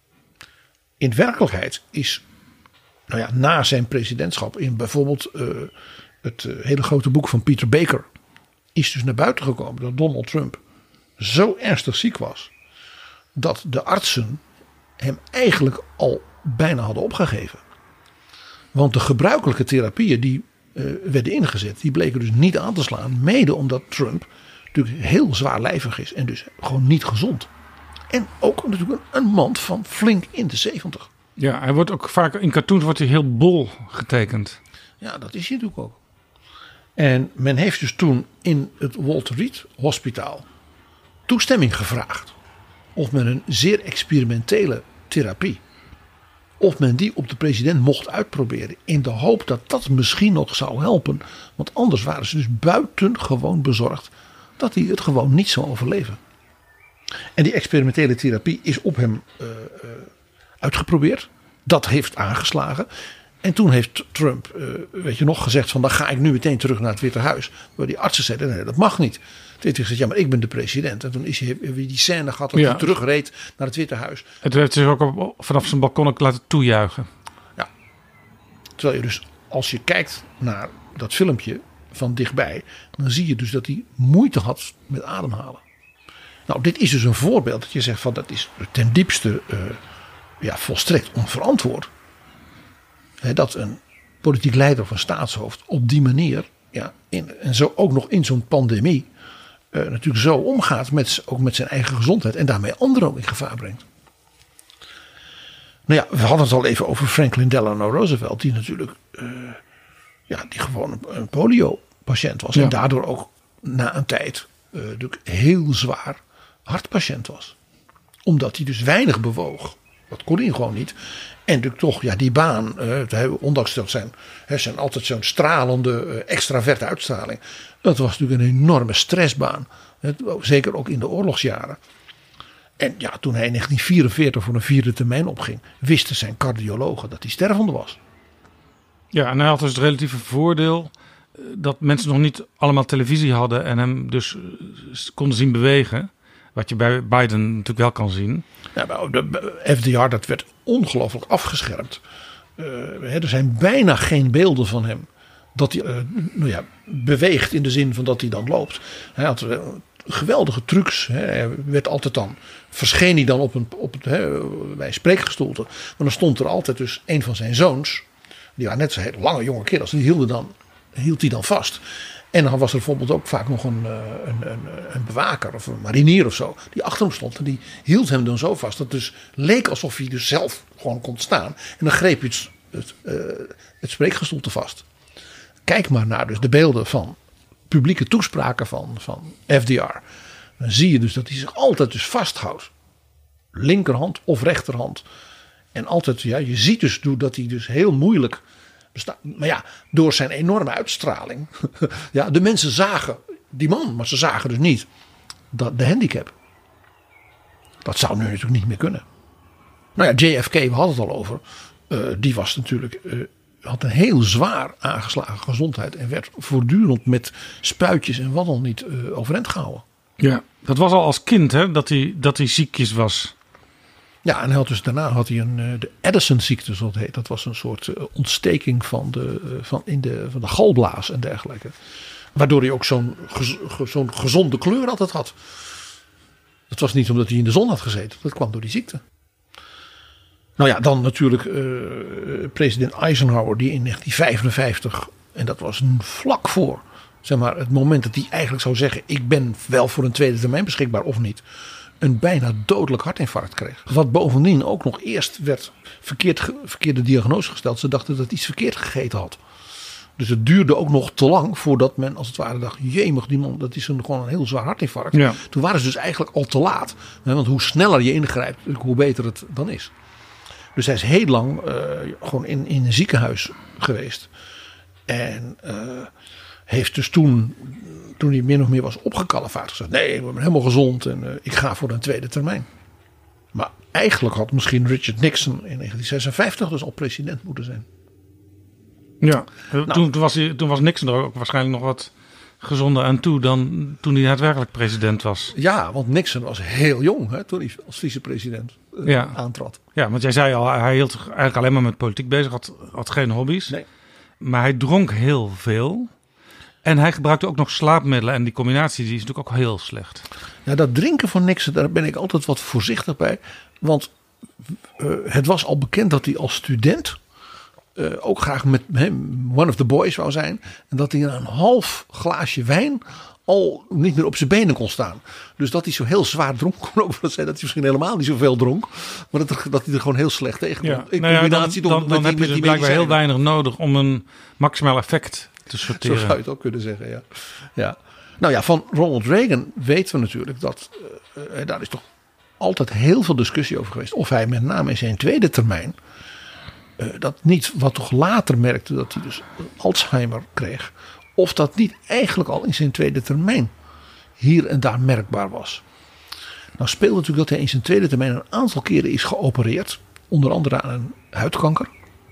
In werkelijkheid is, na zijn presidentschap in bijvoorbeeld het hele grote boek van Peter Baker, is dus naar buiten gekomen dat Donald Trump zo ernstig ziek was dat de artsen hem eigenlijk al bijna hadden opgegeven. Want de gebruikelijke therapieën die werden ingezet, die bleken dus niet aan te slaan. Mede omdat Trump natuurlijk heel zwaarlijvig is en dus gewoon niet gezond. En ook natuurlijk een man van flink in de 70. Ja, hij wordt ook vaak in cartoons wordt hij heel bol getekend. Ja, dat is hij natuurlijk ook. En men heeft dus toen in het Walter Reed hospitaal toestemming gevraagd of men een zeer experimentele therapie, of men die op de president mocht uitproberen, in de hoop dat dat misschien nog zou helpen. Want anders waren ze dus buitengewoon bezorgd dat hij het gewoon niet zou overleven. En die experimentele therapie is op hem uitgeprobeerd. Dat heeft aangeslagen. En toen heeft Trump, nog gezegd van dan ga ik nu meteen terug naar het Witte Huis. Waar die artsen zeiden, nee, dat mag niet. Toen heeft hij gezegd, ja, maar ik ben de president. En toen is hij die scène gehad dat hij terugreed naar het Witte Huis. En toen heeft hij zich ook vanaf zijn balkon ook laten toejuichen. Ja. Terwijl je dus, als je kijkt naar dat filmpje van dichtbij, dan zie je dus dat hij moeite had met ademhalen. Nou, dit is dus een voorbeeld dat je zegt van dat is ten diepste volstrekt onverantwoord. Dat een politiek leider of een staatshoofd op die manier en zo ook nog in zo'n pandemie natuurlijk zo omgaat ook met zijn eigen gezondheid en daarmee anderen ook in gevaar brengt. Nou ja, we hadden het al even over Franklin Delano Roosevelt, die natuurlijk die gewoon een polio-patiënt was. En daardoor ook na een tijd natuurlijk heel zwaar hartpatiënt was. Omdat hij dus weinig bewoog. Dat kon hij gewoon niet. En natuurlijk toch, die baan, ondanks dat zijn altijd zo'n stralende, extraverte uitstraling. Dat was natuurlijk een enorme stressbaan. Zeker ook in de oorlogsjaren. En toen hij in 1944 voor een 4e termijn opging, wisten zijn cardiologen dat hij stervende was. Ja, en hij had dus het relatieve voordeel dat mensen nog niet allemaal televisie hadden en hem dus konden zien bewegen. Wat je bij Biden natuurlijk wel kan zien. Ja, maar de FDR, dat werd ongelooflijk afgeschermd. Er zijn bijna geen beelden van hem dat hij beweegt in de zin van dat hij dan loopt. Hij had geweldige trucs. Hij werd altijd dan, verscheen hij dan bij een spreekgestoelte. Maar dan stond er altijd dus een van zijn zoons. Die waren net zo'n hele lange jonge kerels. Die hield hij dan vast. En dan was er bijvoorbeeld ook vaak nog een bewaker of een marinier of zo. Die achter hem stond en die hield hem dan zo vast. Dat het dus leek alsof hij dus zelf gewoon kon staan. En dan greep je het spreekgestoelte vast. Kijk maar naar dus de beelden van publieke toespraken van FDR. Dan zie je dus dat hij zich altijd dus vasthoudt. Linkerhand of rechterhand. En altijd, je ziet dus dat hij dus heel moeilijk bestaat. Maar door zijn enorme uitstraling. De mensen zagen die man, maar ze zagen dus niet de handicap. Dat zou nu natuurlijk niet meer kunnen. Nou ja, JFK, we hadden het al over. Die was natuurlijk, had een heel zwaar aangeslagen gezondheid. En werd voortdurend met spuitjes en wat dan niet overeind gehouden. Ja, dat was al als kind dat hij ziekjes was. Ja, en daarna had hij de Addison-ziekte, zoals het heet. Dat was een soort ontsteking van de galblaas en dergelijke. Waardoor hij ook zo'n gezonde kleur altijd had. Dat was niet omdat hij in de zon had gezeten. Dat kwam door die ziekte. Nou ja, dan natuurlijk president Eisenhower, die in 1955, en dat was vlak voor het moment dat hij eigenlijk zou zeggen: ik ben wel voor een 2e termijn beschikbaar of niet, een bijna dodelijk hartinfarct kreeg. Wat bovendien ook nog eerst werd verkeerde diagnose gesteld. Ze dachten dat hij iets verkeerd gegeten had. Dus het duurde ook nog te lang voordat men als het ware dacht: jemig, die man, dat is gewoon een heel zwaar hartinfarct. Ja. Toen waren ze dus eigenlijk al te laat. Want hoe sneller je ingrijpt, hoe beter het dan is. Dus hij is heel lang gewoon in een ziekenhuis geweest. En heeft dus toen hij min of meer was opgekalefaard gezegd: nee, ik ben helemaal gezond en ik ga voor een 2e termijn. Maar eigenlijk had misschien Richard Nixon in 1956 dus al president moeten zijn. Ja, toen was Nixon er ook waarschijnlijk nog wat gezonder aan toe dan toen hij daadwerkelijk president was. Ja, want Nixon was heel jong toen hij als vicepresident aantrad. Ja, want jij zei al, hij hield zich eigenlijk alleen maar met politiek bezig, had geen hobby's. Nee. Maar hij dronk heel veel. En hij gebruikte ook nog slaapmiddelen. En die combinatie die is natuurlijk ook heel slecht. Ja, dat drinken van Nixon, daar ben ik altijd wat voorzichtig bij. Want het was al bekend dat hij als student ook graag met one of the boys wou zijn. En dat hij een half glaasje wijn al niet meer op zijn benen kon staan. Dus dat hij zo heel zwaar dronk, kon ook wel zijn dat hij misschien helemaal niet zoveel dronk. Maar dat hij er gewoon heel slecht tegen kon. Ja, in combinatie dan heb je dus blijkbaar heel weinig nodig om een maximaal effect te sorteren. Zo zou je het ook kunnen zeggen, ja. Nou ja, van Ronald Reagan weten we natuurlijk dat daar is toch altijd heel veel discussie over geweest. Of hij met name in zijn 2e termijn dat niet, wat toch later merkte dat hij dus Alzheimer kreeg. Of dat niet eigenlijk al in zijn 2e termijn hier en daar merkbaar was. Nou speelde natuurlijk dat hij in zijn 2e termijn een aantal keren is geopereerd. Onder andere aan een huidkanker.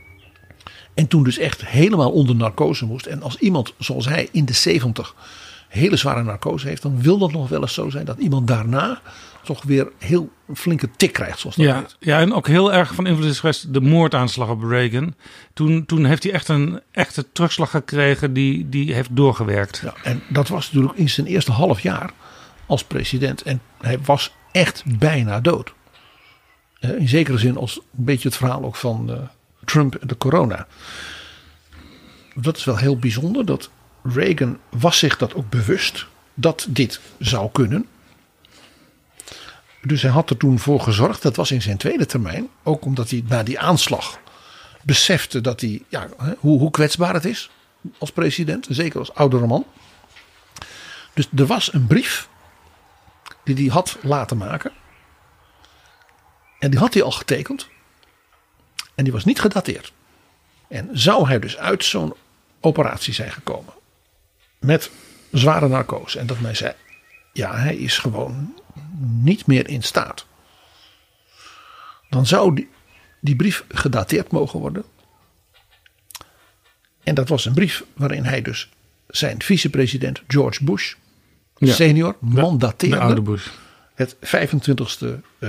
En toen dus echt helemaal onder narcose moest. En als iemand zoals hij in de 70 hele zware narcose heeft, dan wil dat nog wel eens zo zijn dat iemand daarna toch weer heel een flinke tik krijgt, zoals dat heet. Ja, en ook heel erg van invloed is geweest de moordaanslag op Reagan. Toen heeft hij echt een echte terugslag gekregen die heeft doorgewerkt. Ja, en dat was natuurlijk in zijn eerste half jaar als president. En hij was echt bijna dood. In zekere zin als een beetje het verhaal ook van Trump en de corona. Dat is wel heel bijzonder dat Reagan was zich dat ook bewust dat dit zou kunnen. Dus hij had er toen voor gezorgd, dat was in zijn tweede termijn, ook omdat hij na die aanslag besefte dat hij, hoe kwetsbaar het is als president, zeker als oudere man. Dus er was een brief die hij had laten maken. En die had hij al getekend. En die was niet gedateerd. En zou hij dus uit zo'n operatie zijn gekomen. Met zware narcose. En dat men zei, ja, hij is gewoon niet meer in staat. Dan zou die brief gedateerd mogen worden. En dat was een brief waarin hij dus zijn vicepresident George Bush senior mandateerde. De oude Bush. Het 25e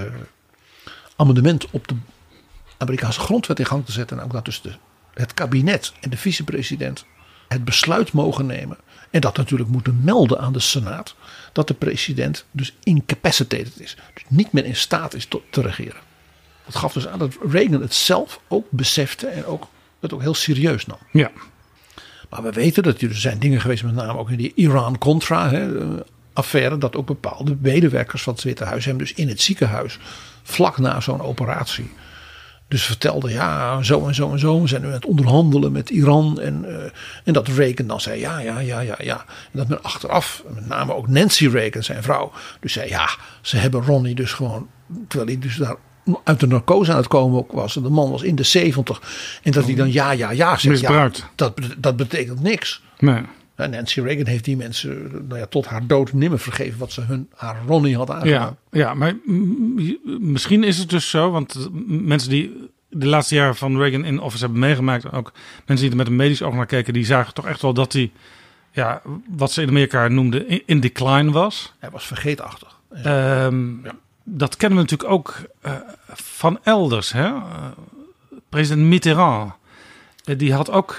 amendement op de Amerikaanse grondwet in gang te zetten. En ook dat dus het kabinet en de vicepresident het besluit mogen nemen. En dat natuurlijk moeten melden aan de Senaat. Dat de president dus incapacitated is. Dus niet meer in staat is te regeren. Dat gaf dus aan dat Reagan het zelf ook besefte. En ook het ook heel serieus nam. Ja. Maar we weten dat er zijn dingen geweest. Met name ook in die Iran-Contra affaire. Dat ook bepaalde medewerkers van het Witte Huis hem dus in het ziekenhuis. Vlak na zo'n operatie. Dus vertelde zo en zo en zo. We zijn nu aan het onderhandelen met Iran. En dat Reagan dan zei ja. En dat men achteraf, met name ook Nancy Reagan, zijn vrouw. Dus zei ze hebben Ronnie dus gewoon. Terwijl hij dus daar uit de narcose aan het komen ook was. En de man was in de 70. En dat hij dan ja zegt. Misbruikt. Dat betekent niks. Nee. En Nancy Reagan heeft die mensen tot haar dood nimmer vergeven wat ze haar Ronnie had aangedaan. Ja, maar misschien is het dus zo, want mensen die de laatste jaren van Reagan in office hebben meegemaakt, ook mensen die er met een medisch oog naar keken, die zagen toch echt wel dat hij, wat ze in Amerika noemden, in decline was. Hij was vergeetachtig. Dat kennen we natuurlijk ook van elders. Hè? President Mitterrand, die had ook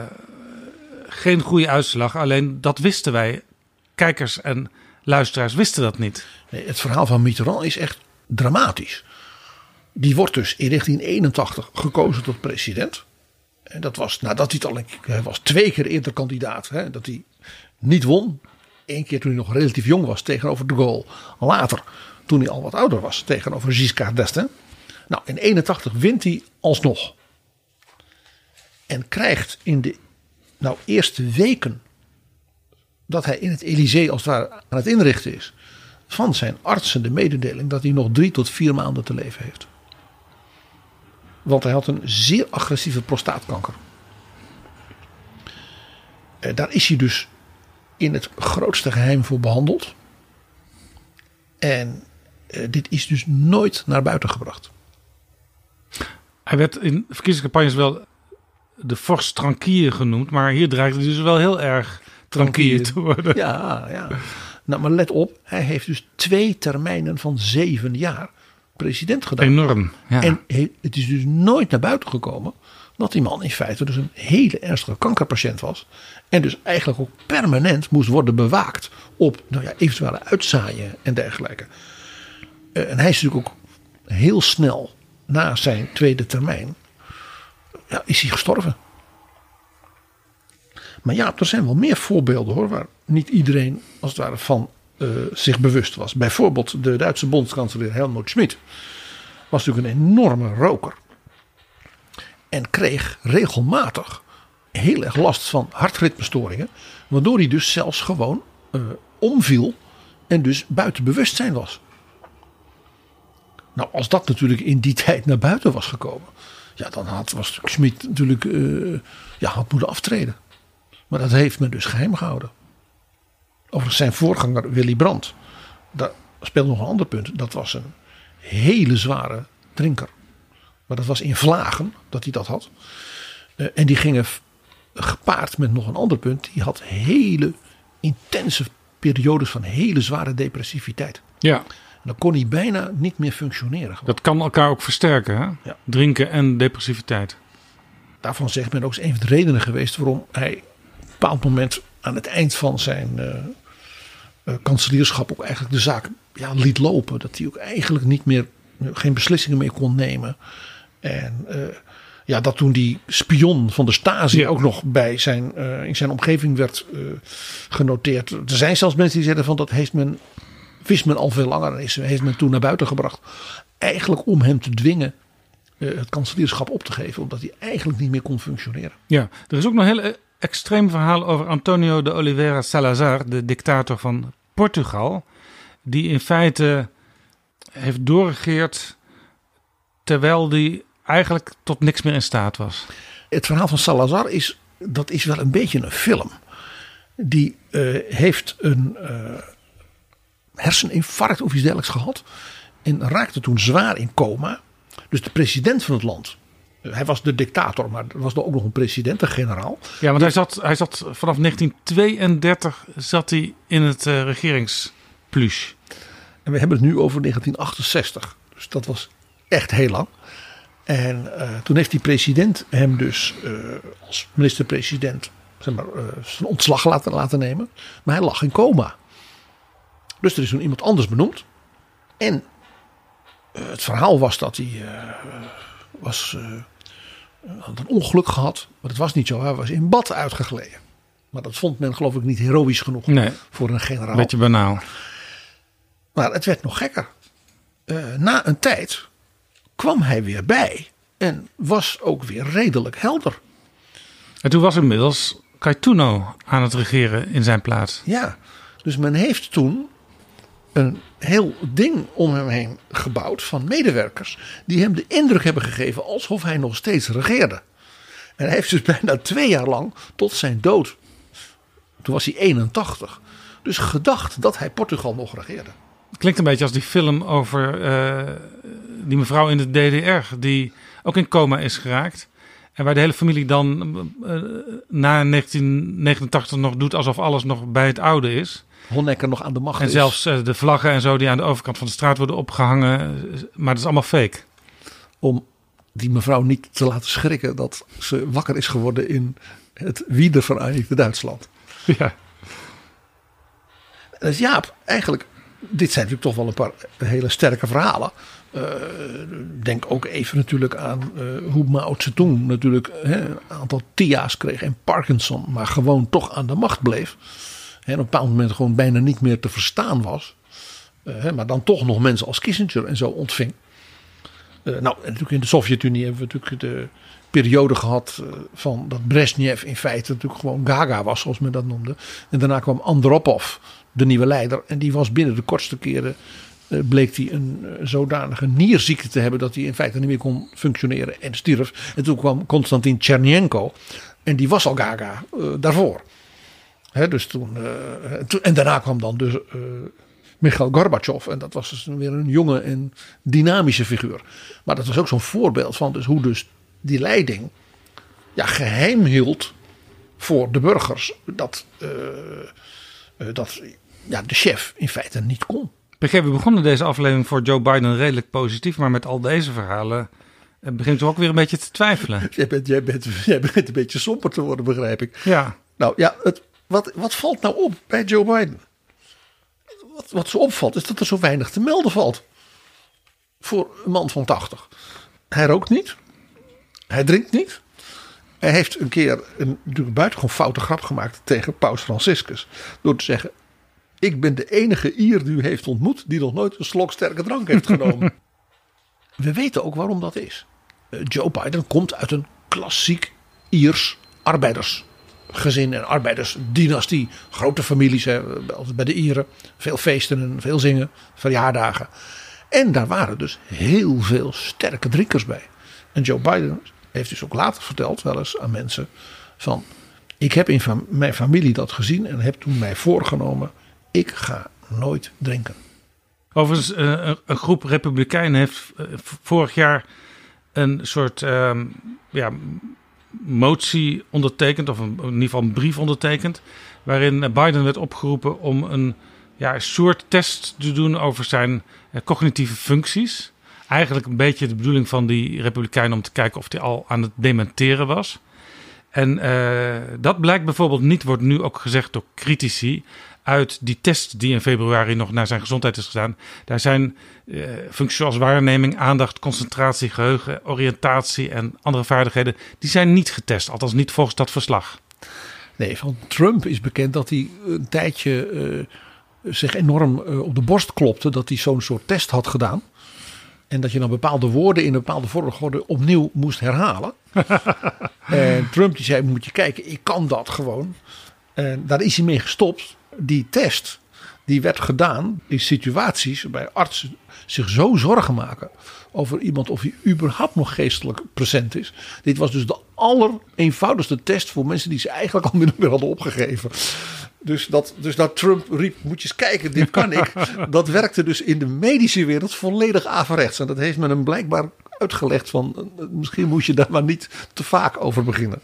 geen goede uitslag. Alleen dat wisten wij. Kijkers en luisteraars wisten dat niet. Nee, het verhaal van Mitterrand is echt dramatisch. Die wordt dus in 1981 gekozen tot president. En dat was nadat hij was 2 keer eerder kandidaat. Hè, dat hij niet won. 1 keer toen hij nog relatief jong was tegenover de Gaulle. Later toen hij al wat ouder was tegenover Giscard d'Estaing. Nou, in 81 wint hij alsnog. En krijgt in de eerste weken dat hij in het Élysée als het ware aan het inrichten is, van zijn artsen de mededeling dat hij nog 3 tot 4 maanden te leven heeft. Want hij had een zeer agressieve prostaatkanker. Daar is hij dus in het grootste geheim voor behandeld. En dit is dus nooit naar buiten gebracht. Hij werd in verkiezingscampagnes wel de Force Tranquille genoemd. Maar hier dreigt hij dus wel heel erg tranquille te worden. Ja. Nou, maar let op. Hij heeft dus 2 termijnen van 7 jaar president gedaan. Enorm. Ja. En het is dus nooit naar buiten gekomen dat die man in feite dus een hele ernstige kankerpatiënt was. En dus eigenlijk ook permanent moest worden bewaakt op eventuele uitzaaien en dergelijke. En hij is natuurlijk ook heel snel na zijn 2e termijn is hij gestorven. Maar er zijn wel meer voorbeelden hoor, waar niet iedereen als het ware van zich bewust was. Bijvoorbeeld de Duitse bondskanselier Helmut Schmidt was natuurlijk een enorme roker. En kreeg regelmatig heel erg last van hartritmestoringen. Waardoor hij dus zelfs gewoon omviel en dus buiten bewustzijn was. Nou, als dat natuurlijk in die tijd naar buiten was gekomen. Dan was Schmidt natuurlijk had moeten aftreden. Maar dat heeft men dus geheim gehouden. Overigens zijn voorganger Willy Brandt. Daar speelt nog een ander punt. Dat was een hele zware drinker. Maar dat was in vlagen dat hij dat had. En die gingen gepaard met nog een ander punt. Die had hele intense periodes van hele zware depressiviteit. Ja. En dan kon hij bijna niet meer functioneren. Gewoon. Dat kan elkaar ook versterken, hè? Ja. Drinken en depressiviteit. Daarvan zegt men ook eens een van de redenen geweest waarom hij op een bepaald moment aan het eind van zijn kanselierschap ook eigenlijk de zaak liet lopen. Dat hij ook eigenlijk niet meer, geen beslissingen meer kon nemen. En Ja, dat toen die spion van de Stasi ook nog bij in zijn omgeving werd genoteerd. Er zijn zelfs mensen die zeggen van dat wist men al veel langer. En heeft men toen naar buiten gebracht. Eigenlijk om hem te dwingen het kanselierschap op te geven. Omdat hij eigenlijk niet meer kon functioneren. Ja, er is ook nog een heel extreem verhaal over Antonio de Oliveira Salazar. De dictator van Portugal. Die in feite heeft doorgeregeerd terwijl die eigenlijk tot niks meer in staat was. Het verhaal van Salazar is wel een beetje een film. Die heeft een herseninfarct of iets dergelijks gehad. En raakte toen zwaar in coma. Dus de president van het land. Hij was de dictator, maar er was er ook nog een president, een generaal. Ja, want hij zat vanaf 1932 zat hij in het regeringspluche. En we hebben het nu over 1968. Dus dat was echt heel lang. En toen heeft die president hem dus als minister-president zijn ontslag laten nemen. Maar hij lag in coma. Dus er is toen iemand anders benoemd. En het verhaal was dat hij had een ongeluk gehad. Maar dat was niet zo. Hij was in bad uitgegleden. Maar dat vond men geloof ik niet heroïsch genoeg voor een generaal. Beetje banaal. Maar het werd nog gekker. Na een tijd kwam hij weer bij. En was ook weer redelijk helder. En toen was inmiddels Caetano aan het regeren in zijn plaats. Ja, dus men heeft toen een heel ding om hem heen gebouwd van medewerkers. Die hem de indruk hebben gegeven alsof hij nog steeds regeerde. En hij heeft dus bijna 2 jaar lang tot zijn dood. Toen was hij 81. Dus gedacht dat hij Portugal nog regeerde. Klinkt een beetje als die film over die mevrouw in de DDR. Die ook in coma is geraakt. En waar de hele familie dan na 1989 nog doet alsof alles nog bij het oude is. Honecker nog aan de macht en is. En zelfs de vlaggen en zo die aan de overkant van de straat worden opgehangen. Maar dat is allemaal fake. Om die mevrouw niet te laten schrikken dat ze wakker is geworden in het Wiedervereinigte Duitsland. Ja. Dus Jaap, eigenlijk, dit zijn natuurlijk toch wel een paar hele sterke verhalen. Denk ook even natuurlijk aan hoe Mao Zedong natuurlijk een aantal TIA's kreeg en Parkinson, maar gewoon toch aan de macht bleef. En op een bepaald moment gewoon bijna niet meer te verstaan was. Maar dan toch nog mensen als Kissinger en zo ontving. Natuurlijk in de Sovjet-Unie hebben we natuurlijk de periode gehad van dat Brezhnev in feite natuurlijk gewoon gaga was, zoals men dat noemde. En daarna kwam Andropov, de nieuwe leider. En die was binnen de kortste keren, bleek hij een zodanige nierziekte te hebben dat hij in feite niet meer kon functioneren en stierf. En toen kwam Konstantin Tchernenko en die was al gaga daarvoor. Dus en daarna kwam dan dus Mikhail Gorbachev. En dat was dus weer een jonge en dynamische figuur. Maar dat was ook zo'n voorbeeld van dus hoe dus die leiding geheim hield voor de burgers. Dat de chef in feite niet kon. PG, we begonnen deze aflevering voor Joe Biden redelijk positief. Maar met al deze verhalen begint u ook weer een beetje te twijfelen. Jij bent een beetje somber te worden, begrijp ik. Ja. Nou ja, wat valt nou op bij Joe Biden? Wat zo opvalt is dat er zo weinig te melden valt. Voor een man van 80. Hij rookt niet. Hij drinkt niet. Hij heeft een keer een buitengewoon foute grap gemaakt tegen Paus Franciscus. Door te zeggen, ik ben de enige Ier die u heeft ontmoet die nog nooit een slok sterke drank heeft genomen. We weten ook waarom dat is. Joe Biden komt uit een klassiek Iers arbeidersgezin en arbeidersdynastie. Grote families, altijd bij de Ieren. Veel feesten en veel zingen, verjaardagen. En daar waren dus heel veel sterke drinkers bij. En Joe Biden heeft dus ook later verteld, wel eens aan mensen, van ik heb in mijn familie dat gezien en heb toen mij voorgenomen, ik ga nooit drinken. Overigens, een groep republikeinen heeft vorig jaar een soort motie ondertekend, of in ieder geval een brief ondertekend, waarin Biden werd opgeroepen om een soort test te doen over zijn cognitieve functies. Eigenlijk een beetje de bedoeling van die republikeinen om te kijken of hij al aan het dementeren was. En dat blijkt bijvoorbeeld niet, wordt nu ook gezegd door critici, uit die test die in februari nog naar zijn gezondheid is gedaan. Daar zijn functies zoals waarneming, aandacht, concentratie, geheugen, oriëntatie en andere vaardigheden, die zijn niet getest. Althans niet volgens dat verslag. Nee, van Trump is bekend dat hij een tijdje zich enorm op de borst klopte dat hij zo'n soort test had gedaan. En dat je dan bepaalde woorden in een bepaalde volgorde opnieuw moest herhalen. En Trump die zei, moet je kijken, ik kan dat gewoon. En daar is hij mee gestopt. Die test die werd gedaan in situaties waarbij artsen zich zo zorgen maken over iemand of hij überhaupt nog geestelijk present is. Dit was dus de allereenvoudigste test voor mensen die ze eigenlijk al min of meer hadden opgegeven. Dus dat Trump riep, moet je eens kijken, dit kan ik. Dat werkte dus in de medische wereld volledig averechts. En dat heeft men hem blijkbaar uitgelegd van, misschien moet je daar maar niet te vaak over beginnen.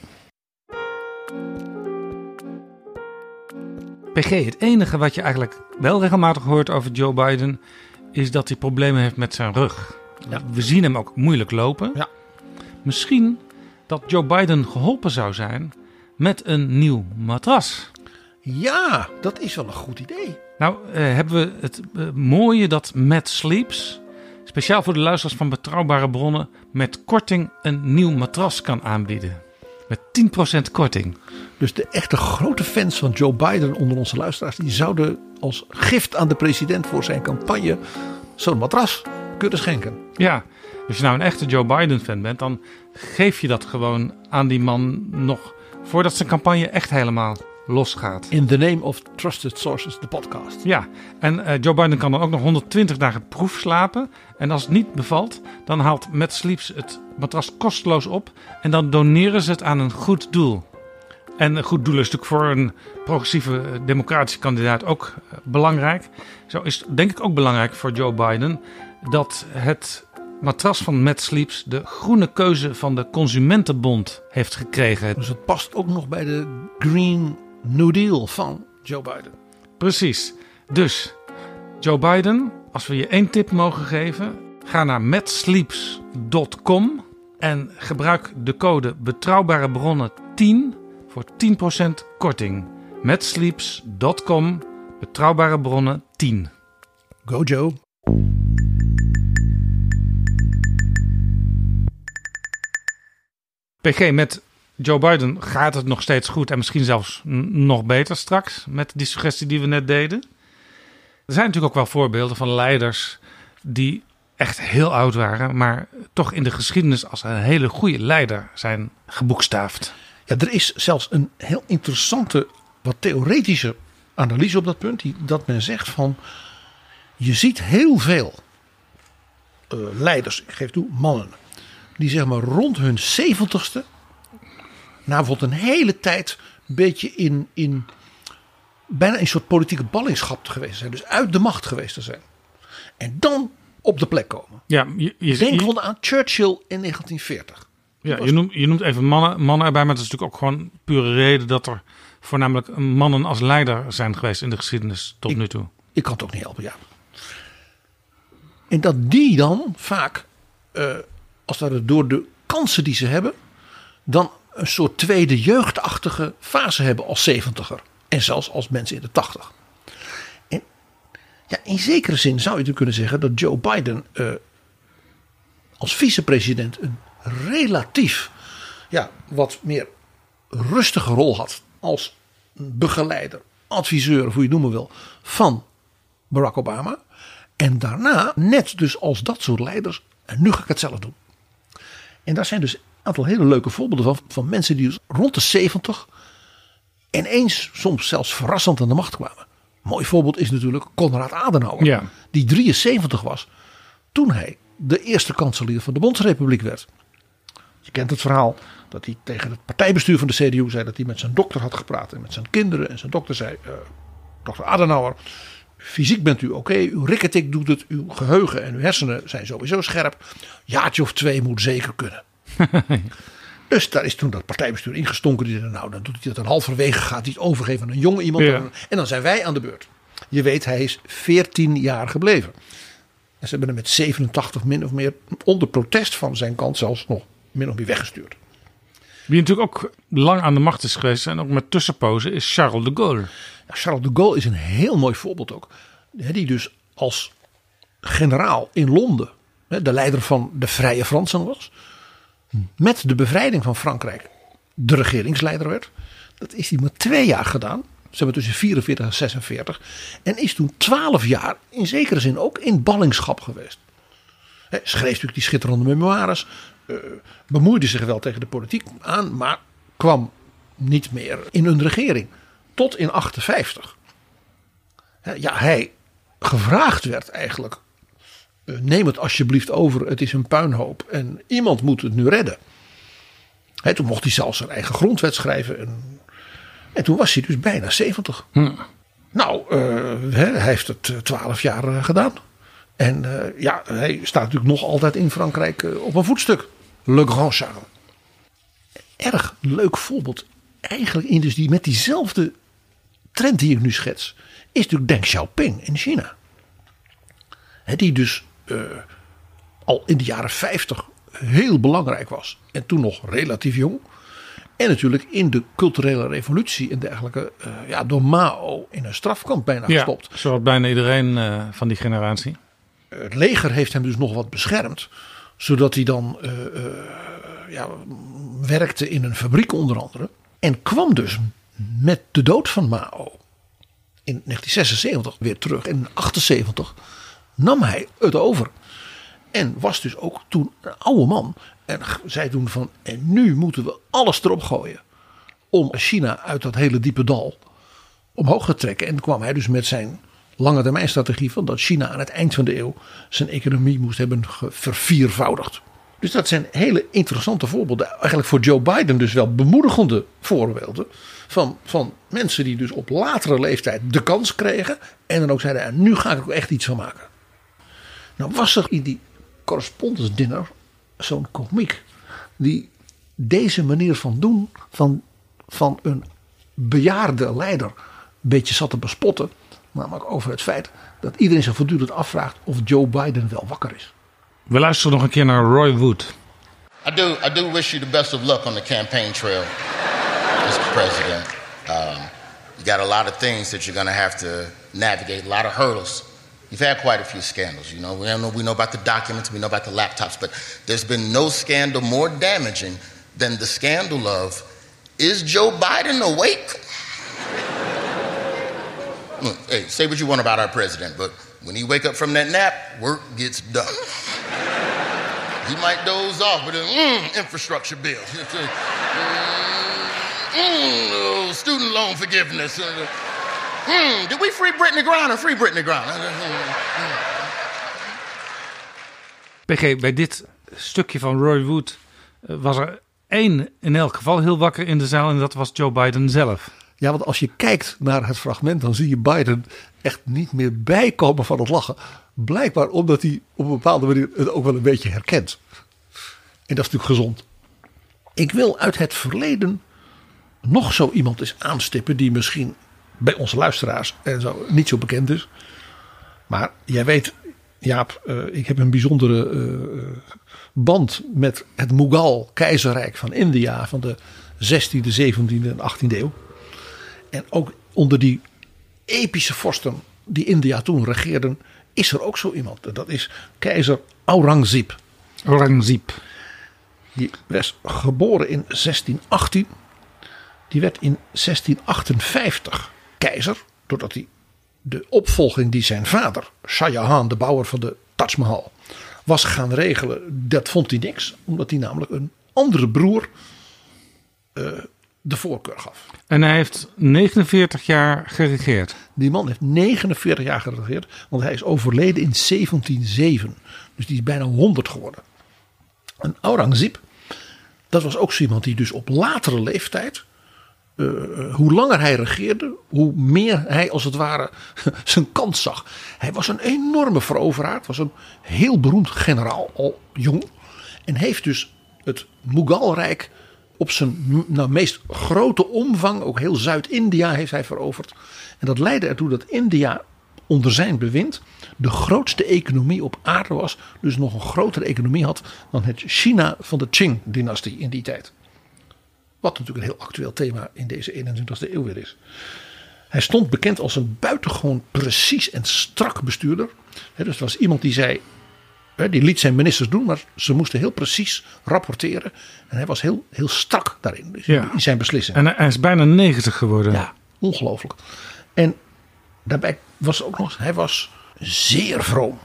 PG, het enige wat je eigenlijk wel regelmatig hoort over Joe Biden is dat hij problemen heeft met zijn rug. Ja. We zien hem ook moeilijk lopen. Ja. Misschien dat Joe Biden geholpen zou zijn met een nieuw matras. Ja, dat is wel een goed idee. Nou, hebben we het mooie dat Matt Sleeps, speciaal voor de luisteraars van Betrouwbare Bronnen, met korting een nieuw matras kan aanbieden. Met 10% korting. Dus de echte grote fans van Joe Biden onder onze luisteraars, die zouden als gift aan de president voor zijn campagne zo'n matras kunnen schenken. Ja, als je nou een echte Joe Biden fan bent, dan geef je dat gewoon aan die man nog voordat zijn campagne echt helemaal losgaat. In the name of Trusted Sources, de podcast. Ja, en Joe Biden kan dan ook nog 120 dagen proef slapen. En als het niet bevalt, dan haalt Matt Sleeps het matras kosteloos op. En dan doneren ze het aan een goed doel. En een goed doel is natuurlijk voor een progressieve democratische kandidaat ook belangrijk. Zo is het denk ik ook belangrijk voor Joe Biden dat het matras van Matt Sleeps de groene keuze van de Consumentenbond heeft gekregen. Dus het past ook nog bij de Green New Deal van Joe Biden. Precies. Dus Joe Biden, als we je één tip mogen geven, ga naar mattsleeps.com en gebruik de code Betrouwbare Bronnen 10 voor 10% korting. mattsleeps.com, Betrouwbare Bronnen 10. Go Joe. PG, met Joe Biden gaat het nog steeds goed en misschien zelfs nog beter straks met die suggestie die we net deden. Er zijn natuurlijk ook wel voorbeelden van leiders die echt heel oud waren, maar toch in de geschiedenis als een hele goede leider zijn geboekstaafd. Ja, er is zelfs een heel interessante, wat theoretische analyse op dat punt. Dat men zegt van, je ziet heel veel leiders, ik geef toe mannen, die zeg maar rond hun 70ste, na bijvoorbeeld een hele tijd een beetje in bijna een soort politieke ballingschap geweest zijn. Dus uit de macht geweest te zijn. En dan op de plek komen. Ja, Denk bijvoorbeeld aan Churchill in 1940. Ja, je noemt even mannen erbij, maar het is natuurlijk ook gewoon pure reden dat er voornamelijk mannen als leider zijn geweest in de geschiedenis tot nu toe. Ik kan het ook niet helpen, ja. En dat die dan vaak, als dat door de kansen die ze hebben, dan een soort tweede jeugdachtige fase hebben als 70er. En zelfs als mensen in de 80. En ja, in zekere zin zou je natuurlijk kunnen zeggen dat Joe Biden als vicepresident een relatief wat meer rustige rol had als begeleider, adviseur, of hoe je het noemen wil, van Barack Obama. En daarna, net dus als dat soort leiders, en nu ga ik het zelf doen. En daar zijn dus een aantal hele leuke voorbeelden van mensen die dus rond de 70 ineens soms zelfs verrassend aan de macht kwamen. Een mooi voorbeeld is natuurlijk Konrad Adenauer, die 73 was toen hij de eerste kanselier van de Bondsrepubliek werd. Je kent het verhaal dat hij tegen het partijbestuur van de CDU zei dat hij met zijn dokter had gepraat en met zijn kinderen. En zijn dokter zei, dokter Adenauer, fysiek bent u oké, uw rikketik doet het, uw geheugen en uw hersenen zijn sowieso scherp. Jaartje of 2 moet zeker kunnen. Dus daar is toen dat partijbestuur ingestonken. Die zei, nou, dan doet hij dat en halverwege gaat hij het overgeven aan een jonge iemand. Ja. En dan zijn wij aan de beurt. Je weet, hij is 14 jaar gebleven. En ze hebben hem met 87 min of meer onder protest van zijn kant zelfs nog min of meer weggestuurd. Wie natuurlijk ook lang aan de macht is geweest en ook met tussenpozen is Charles de Gaulle. Charles de Gaulle is een heel mooi voorbeeld ook. Die dus als generaal in Londen de leider van de Vrije Fransen was. Met de bevrijding van Frankrijk de regeringsleider werd. Dat is hij maar 2 jaar gedaan. Ze hebben tussen 44 en 46. En is toen 12 jaar in zekere zin ook in ballingschap geweest. Schreef natuurlijk die schitterende memoires. Bemoeide zich wel tegen de politiek aan. Maar kwam niet meer in een regering. Tot in 58. Ja, hij gevraagd werd eigenlijk. Neem het alsjeblieft over. Het is een puinhoop. En iemand moet het nu redden. Toen mocht hij zelfs zijn eigen grondwet schrijven. En toen was hij dus bijna 70. Nou, hij heeft het 12 jaar gedaan. En hij staat natuurlijk nog altijd in Frankrijk op een voetstuk. Le Grand Charles. Erg leuk voorbeeld. Eigenlijk in dus met diezelfde trend die ik nu schets. Is natuurlijk Deng Xiaoping in China. Die dus al in de jaren 50 heel belangrijk was. En toen nog relatief jong. En natuurlijk in de culturele revolutie en dergelijke. Door Mao in een strafkamp bijna gestopt. Zoals bijna iedereen van die generatie. Het leger heeft hem dus nog wat beschermd. Zodat hij dan werkte in een fabriek onder andere. En kwam dus met de dood van Mao in 1976 weer terug. En in 1978 nam hij het over. En was dus ook toen een oude man. En zei toen van, en nu moeten we alles erop gooien. Om China uit dat hele diepe dal omhoog te trekken. En kwam hij dus met zijn lange termijn strategie van dat China aan het eind van de eeuw zijn economie moest hebben verviervoudigd. Dus dat zijn hele interessante voorbeelden. Eigenlijk voor Joe Biden dus wel bemoedigende voorbeelden. Van mensen die dus op latere leeftijd de kans kregen. En dan ook zeiden, en nu ga ik er ook echt iets van maken. Nou was er in die correspondence dinner zo'n komiek. Die deze manier van doen van een bejaarde leider een beetje zat te bespotten. Namelijk over het feit dat iedereen zich voortdurend afvraagt of Joe Biden wel wakker is. We luisteren nog een keer naar Roy Wood. I do wish you the best of luck on the campaign trail, Mr. President. You got a lot of things that you're going to have to navigate, a lot of hurdles. You've had quite a few scandals, you know. We know about the documents, we know about the laptops, but there's been no scandal more damaging than the scandal of, is Joe Biden awake? Hey, say what you want about our president, but when he wake up from that nap, work gets done. He might doze off with an infrastructure bill. Student loan forgiveness. Did we free Brittany Griner? Free Brittany Griner. PG, bij dit stukje van Roy Wood was er één in elk geval heel wakker in de zaal. En dat was Joe Biden zelf. Ja, want als je kijkt naar het fragment, dan zie je Biden echt niet meer bijkomen van het lachen. Blijkbaar omdat hij op een bepaalde manier het ook wel een beetje herkent. En dat is natuurlijk gezond. Ik wil uit het verleden nog zo iemand eens aanstippen die misschien bij onze luisteraars en zo niet zo bekend is. Maar jij weet, Jaap, ik heb een bijzondere band met het Mughal keizerrijk van India van de 16e, 17e en 18e eeuw. En ook onder die epische vorsten die India toen regeerden, is er ook zo iemand. En dat is keizer Aurangzeb. Die was geboren in 1618. Die werd in 1658 keizer. Doordat hij de opvolging die zijn vader, Shah Jahan, de bouwer van de Taj Mahal, was gaan regelen. Dat vond hij niks. Omdat hij namelijk een andere broer de voorkeur gaf. En hij heeft 49 jaar geregeerd. Die man heeft 49 jaar geregeerd. Want hij is overleden in 1707. Dus die is bijna 100 geworden. En Aurangzeb, dat was ook zo iemand die dus op latere leeftijd, hoe langer hij regeerde, hoe meer hij als het ware zijn kans zag. Hij was een enorme veroveraar. Was een heel beroemd generaal, al jong. En heeft dus het Mughalrijk op zijn meest grote omvang, ook heel Zuid-India heeft hij veroverd. En dat leidde ertoe dat India onder zijn bewind de grootste economie op aarde was. Dus nog een grotere economie had dan het China van de Qing-dynastie in die tijd. Wat natuurlijk een heel actueel thema in deze 21e eeuw weer is. Hij stond bekend als een buitengewoon precies en strak bestuurder. Dus het was iemand die zei, die liet zijn ministers doen, maar ze moesten heel precies rapporteren. En hij was heel strak daarin, dus in zijn beslissingen. En hij is bijna 90 geworden. Ja, ongelooflijk. En daarbij was ook nog, hij was zeer vroom.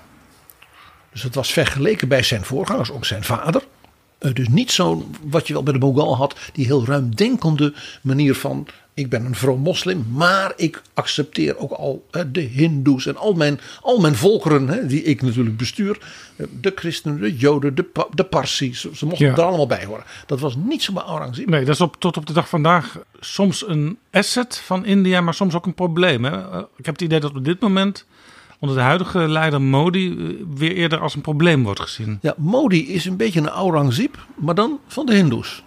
Dus het was vergeleken bij zijn voorgangers, ook zijn vader. Dus niet zo'n, wat je wel bij de Mogul had, die heel ruimdenkende manier van, ik ben een vroom moslim, maar ik accepteer ook al de hindoes en al mijn volkeren die ik natuurlijk bestuur. De christenen, de joden, de parsi's, ze mochten er allemaal bij horen. Dat was niet zo bij Aurangzeb. Nee, dat is tot op de dag vandaag soms een asset van India, maar soms ook een probleem. Hè? Ik heb het idee dat op dit moment onder de huidige leider Modi weer eerder als een probleem wordt gezien. Ja, Modi is een beetje een Aurangzeb, maar dan van de hindoes.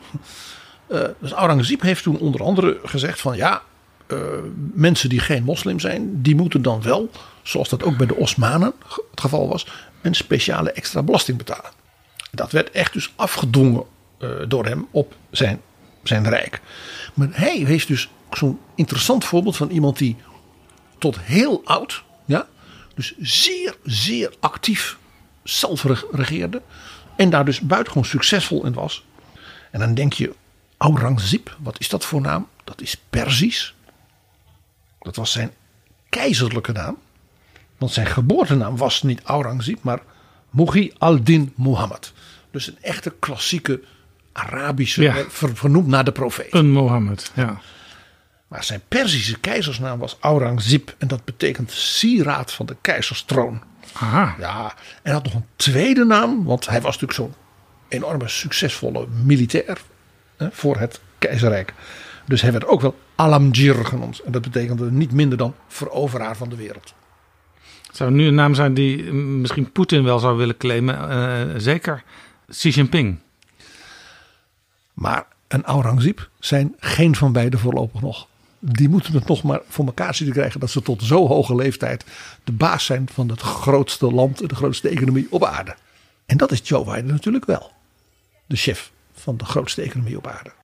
Dus Aurangzeb heeft toen onder andere gezegd van mensen die geen moslim zijn, die moeten dan wel, zoals dat ook bij de Osmanen het geval was, een speciale extra belasting betalen. Dat werd echt dus afgedwongen door hem op zijn rijk. Maar hij heeft dus zo'n interessant voorbeeld van iemand die tot heel oud, dus zeer, zeer actief zelf regeerde. En daar dus buitengewoon succesvol in was. En dan denk je, Aurangzeb, wat is dat voor naam? Dat is Perzisch. Dat was zijn keizerlijke naam. Want zijn geboortenaam was niet Aurangzeb, maar Mughī al-Din Muhammad. Dus een echte klassieke Arabische, vernoemd naar de profeet. Een Mohammed, ja. Maar zijn Perzische keizersnaam was Aurangzeb. En dat betekent sieraad van de keizerstroon. Aha. Ja, en hij had nog een tweede naam. Want hij was natuurlijk zo'n enorme succesvolle militair voor het keizerrijk. Dus hij werd ook wel Alamgir genoemd. En dat betekende niet minder dan veroveraar van de wereld. Het zou nu een naam zijn die misschien Poetin wel zou willen claimen. Zeker Xi Jinping. Maar een Aurangzeb zijn geen van beiden voorlopig nog. Die moeten het nog maar voor elkaar zien te krijgen dat ze tot zo'n hoge leeftijd de baas zijn van het grootste land en de grootste economie op aarde. En dat is Joe Biden natuurlijk wel. De chef van de grootste economie op aarde.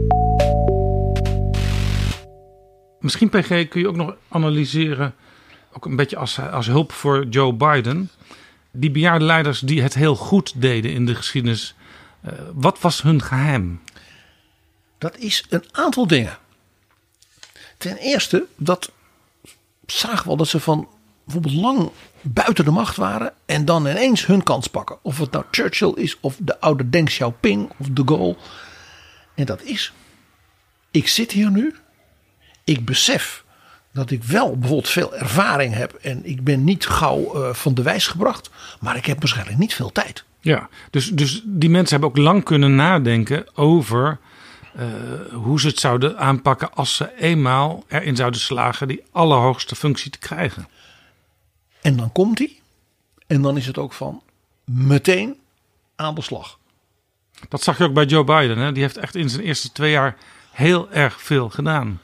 Misschien, PG, kun je ook nog analyseren, ook een beetje als hulp voor Joe Biden, die bejaarde leiders die het heel goed deden in de geschiedenis. Wat was hun geheim? Dat is een aantal dingen. Ten eerste, dat zagen we al dat ze van bijvoorbeeld lang buiten de macht waren en dan ineens hun kans pakken. Of het nou Churchill is of de oude Deng Xiaoping of de Gaulle. En dat is, ik zit hier nu, ik besef dat ik wel bijvoorbeeld veel ervaring heb en ik ben niet gauw van de wijs gebracht, maar ik heb waarschijnlijk niet veel tijd. Ja, dus die mensen hebben ook lang kunnen nadenken over hoe ze het zouden aanpakken als ze eenmaal erin zouden slagen die allerhoogste functie te krijgen. En dan komt hij. En dan is het ook van meteen aan de slag. Dat zag je ook bij Joe Biden. Hè? Die heeft echt in zijn eerste 2 jaar heel erg veel gedaan.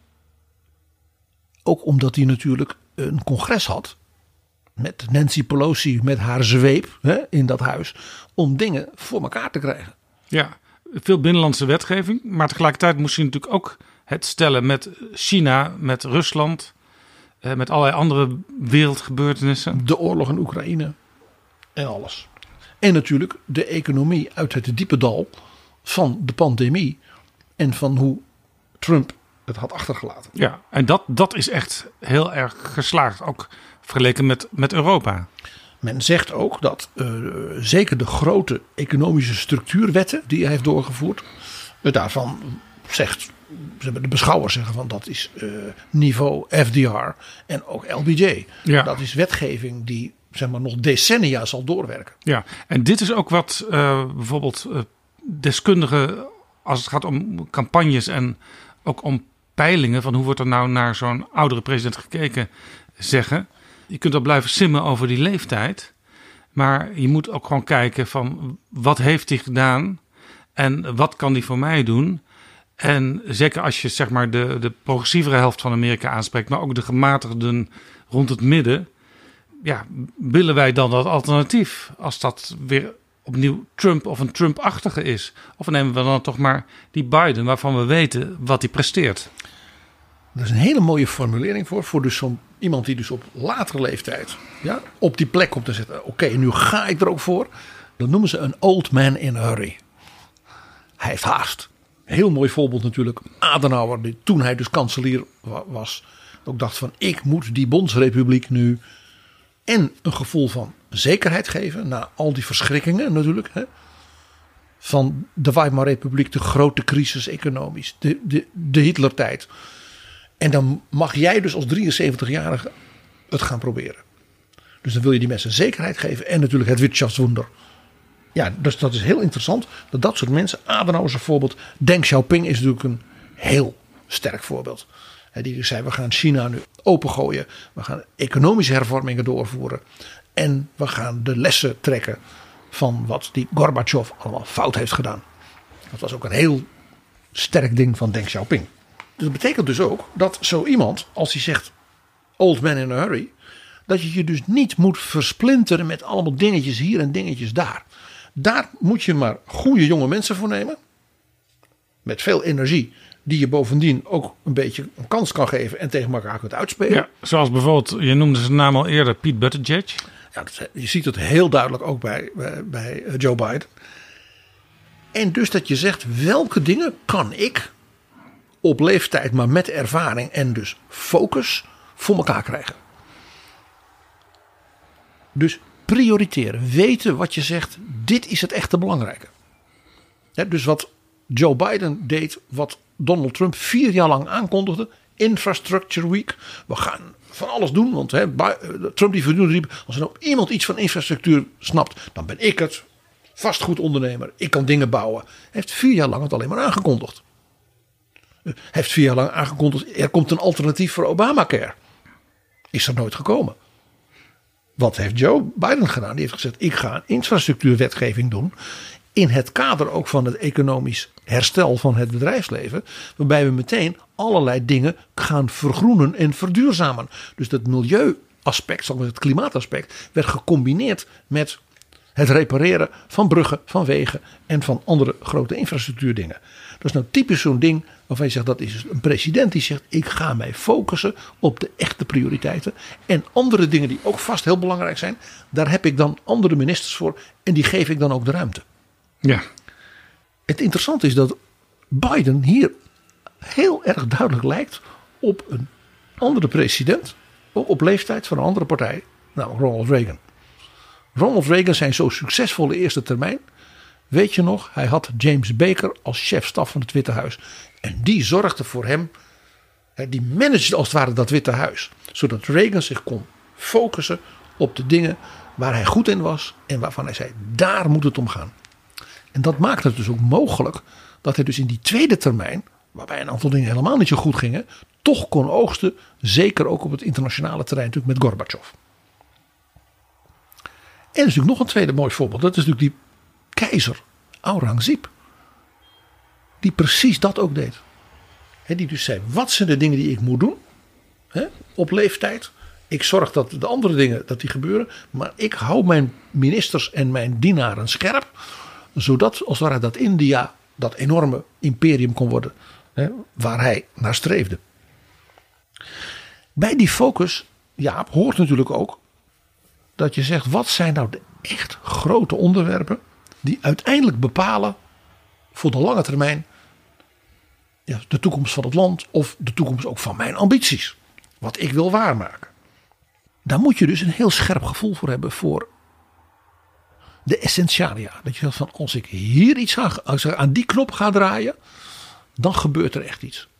Ook omdat hij natuurlijk een congres had. Met Nancy Pelosi met haar zweep in dat huis. Om dingen voor elkaar te krijgen. Ja, veel binnenlandse wetgeving. Maar tegelijkertijd moest hij natuurlijk ook het stellen met China, met Rusland. Met allerlei andere wereldgebeurtenissen. De oorlog in Oekraïne. En alles. En natuurlijk de economie uit het diepe dal van de pandemie. En van hoe Trump het had achtergelaten. Ja, en dat is echt heel erg geslaagd. Ook vergeleken met Europa. Men zegt ook dat zeker de grote economische structuurwetten die hij heeft doorgevoerd. Daarvan zegt, de beschouwers zeggen van dat is niveau FDR en ook LBJ. Ja. Dat is wetgeving die zeg maar nog decennia zal doorwerken. Ja, en dit is ook wat bijvoorbeeld deskundigen als het gaat om campagnes en ook om peilingen van hoe wordt er nou naar zo'n oudere president gekeken zeggen. Je kunt wel blijven simmen over die leeftijd. Maar je moet ook gewoon kijken van wat heeft hij gedaan en wat kan hij voor mij doen. En zeker als je zeg maar de progressievere helft van Amerika aanspreekt, maar ook de gematigden rond het midden. Ja, willen wij dan dat alternatief als dat weer opnieuw Trump of een Trump-achtige is? Of nemen we dan toch maar die Biden waarvan we weten wat hij presteert? Er is een hele mooie formulering voor dus iemand die dus op latere leeftijd op die plek komt te zitten. Oké, nu ga ik er ook voor. Dat noemen ze een old man in a hurry. Hij heeft haast. Heel mooi voorbeeld natuurlijk. Adenauer, die toen hij dus kanselier was, ook dacht van ik moet die Bondsrepubliek nu en een gevoel van zekerheid geven na al die verschrikkingen natuurlijk. Hè, van de Weimarrepubliek, de grote crisis economisch, de Hitlertijd. En dan mag jij dus als 73-jarige het gaan proberen. Dus dan wil je die mensen zekerheid geven en natuurlijk het Wirtschaftswunder. Ja, dus dat is heel interessant. Dat soort mensen, Adenauer is een voorbeeld. Deng Xiaoping is natuurlijk een heel sterk voorbeeld. Die dus zei, we gaan China nu opengooien. We gaan economische hervormingen doorvoeren. En we gaan de lessen trekken van wat die Gorbachev allemaal fout heeft gedaan. Dat was ook een heel sterk ding van Deng Xiaoping. Dus dat betekent dus ook dat zo iemand, als hij zegt old man in a hurry, dat je je dus niet moet versplinteren met allemaal dingetjes hier en dingetjes daar. Daar moet je maar goede jonge mensen voor nemen. Met veel energie. Die je bovendien ook een beetje een kans kan geven. En tegen elkaar kunt uitspelen. Ja, zoals bijvoorbeeld, je noemde zijn naam al eerder, Pete Buttigieg. Ja, je ziet het heel duidelijk ook bij Joe Biden. En dus dat je zegt, welke dingen kan ik op leeftijd, maar met ervaring en dus focus voor elkaar krijgen. Dus prioriteren, weten wat je zegt, dit is het echte belangrijke. Ja, dus wat Joe Biden deed, wat Donald Trump 4 jaar lang aankondigde, Infrastructure Week. We gaan van alles doen, want Trump die voortdurend riep, als er nou iemand iets van infrastructuur snapt, dan ben ik het. Vastgoedondernemer, ik kan dingen bouwen. Hij heeft 4 jaar lang het alleen maar aangekondigd. Hij heeft 4 jaar lang aangekondigd, er komt een alternatief voor Obamacare. Is er nooit gekomen. Wat heeft Joe Biden gedaan? Die heeft gezegd, ik ga een infrastructuurwetgeving doen. In het kader ook van het economisch herstel van het bedrijfsleven. Waarbij we meteen allerlei dingen gaan vergroenen en verduurzamen. Dus dat milieuaspect, het klimaataspect, werd gecombineerd met het repareren van bruggen, van wegen en van andere grote infrastructuurdingen. Dat is nou typisch zo'n ding waarvan je zegt, dat is een president die zegt, ik ga mij focussen op de echte prioriteiten. En andere dingen die ook vast heel belangrijk zijn, daar heb ik dan andere ministers voor en die geef ik dan ook de ruimte. Ja. Het interessante is dat Biden hier heel erg duidelijk lijkt op een andere president, ook op leeftijd van een andere partij, namelijk Ronald Reagan. Ronald Reagan zijn zo succesvolle eerste termijn. Weet je nog, hij had James Baker als chef-staf van het Witte Huis. En die zorgde voor hem, die managede als het ware dat Witte Huis. Zodat Reagan zich kon focussen op de dingen waar hij goed in was. En waarvan hij zei, daar moet het om gaan. En dat maakte het dus ook mogelijk dat hij dus in die tweede termijn, waarbij een aantal dingen helemaal niet zo goed gingen, toch kon oogsten. Zeker ook op het internationale terrein natuurlijk met Gorbachev. En er is natuurlijk nog een tweede mooi voorbeeld. Dat is natuurlijk die keizer Aurangzeb. Die precies dat ook deed. Die dus zei, wat zijn de dingen die ik moet doen? Op leeftijd. Ik zorg dat de andere dingen dat die gebeuren. Maar ik hou mijn ministers en mijn dienaren scherp. Zodat als het ware dat India dat enorme imperium kon worden. Waar hij naar streefde. Bij die focus, Jaap, hoort natuurlijk ook dat je zegt, wat zijn nou de echt grote onderwerpen die uiteindelijk bepalen voor de lange termijn de toekomst van het land of de toekomst ook van mijn ambities. Wat ik wil waarmaken. Daar moet je dus een heel scherp gevoel voor hebben voor de essentialia. Dat je zegt van, als ik hier iets aan die knop ga draaien, dan gebeurt er echt iets.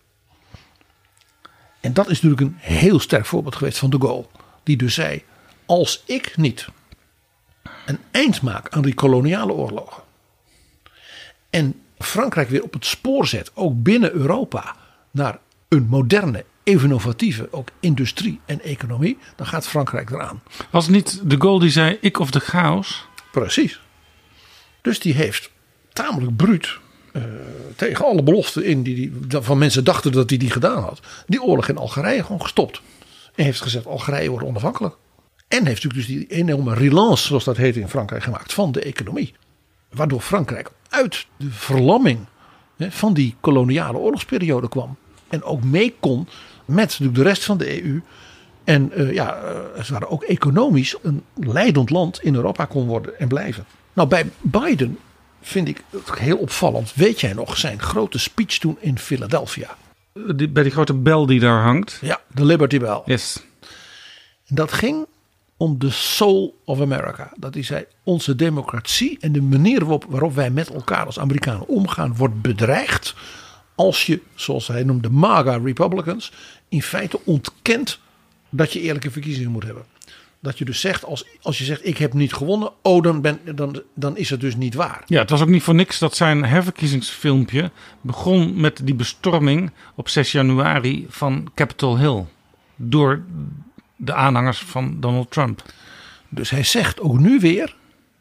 En dat is natuurlijk een heel sterk voorbeeld geweest van de Gaulle. Die dus zei, als ik niet een eind maak aan die koloniale oorlogen. En Frankrijk weer op het spoor zet, ook binnen Europa, naar een moderne, innovatieve ook industrie en economie, dan gaat Frankrijk eraan. Was het niet de Gaulle die zei, ik of de chaos? Precies. Dus die heeft tamelijk bruut, tegen alle beloften in die van mensen dachten dat hij die gedaan had, die oorlog in Algerije gewoon gestopt. En heeft gezegd, Algerije wordt onafhankelijk. En heeft natuurlijk dus die enorme relance, zoals dat heet in Frankrijk, gemaakt van de economie. Waardoor Frankrijk uit de verlamming van die koloniale oorlogsperiode kwam. En ook mee kon met natuurlijk de rest van de EU. En ze waren ook economisch een leidend land in Europa kon worden en blijven. Nou, bij Biden vind ik het heel opvallend. Weet jij nog zijn grote speech toen in Philadelphia? Bij die grote bel die daar hangt. Ja, de Liberty Bell. Yes. En dat ging om de soul of America. Dat hij zei, onze democratie en de manier waarop wij met elkaar als Amerikanen omgaan wordt bedreigd als je, zoals hij noemde, MAGA Republicans, in feite ontkent dat je eerlijke verkiezingen moet hebben. Dat je dus zegt, als je zegt ik heb niet gewonnen, dan is het dus niet waar. Ja, het was ook niet voor niks dat zijn herverkiezingsfilmpje begon met die bestorming op 6 januari van Capitol Hill. Door de aanhangers van Donald Trump. Dus hij zegt ook nu weer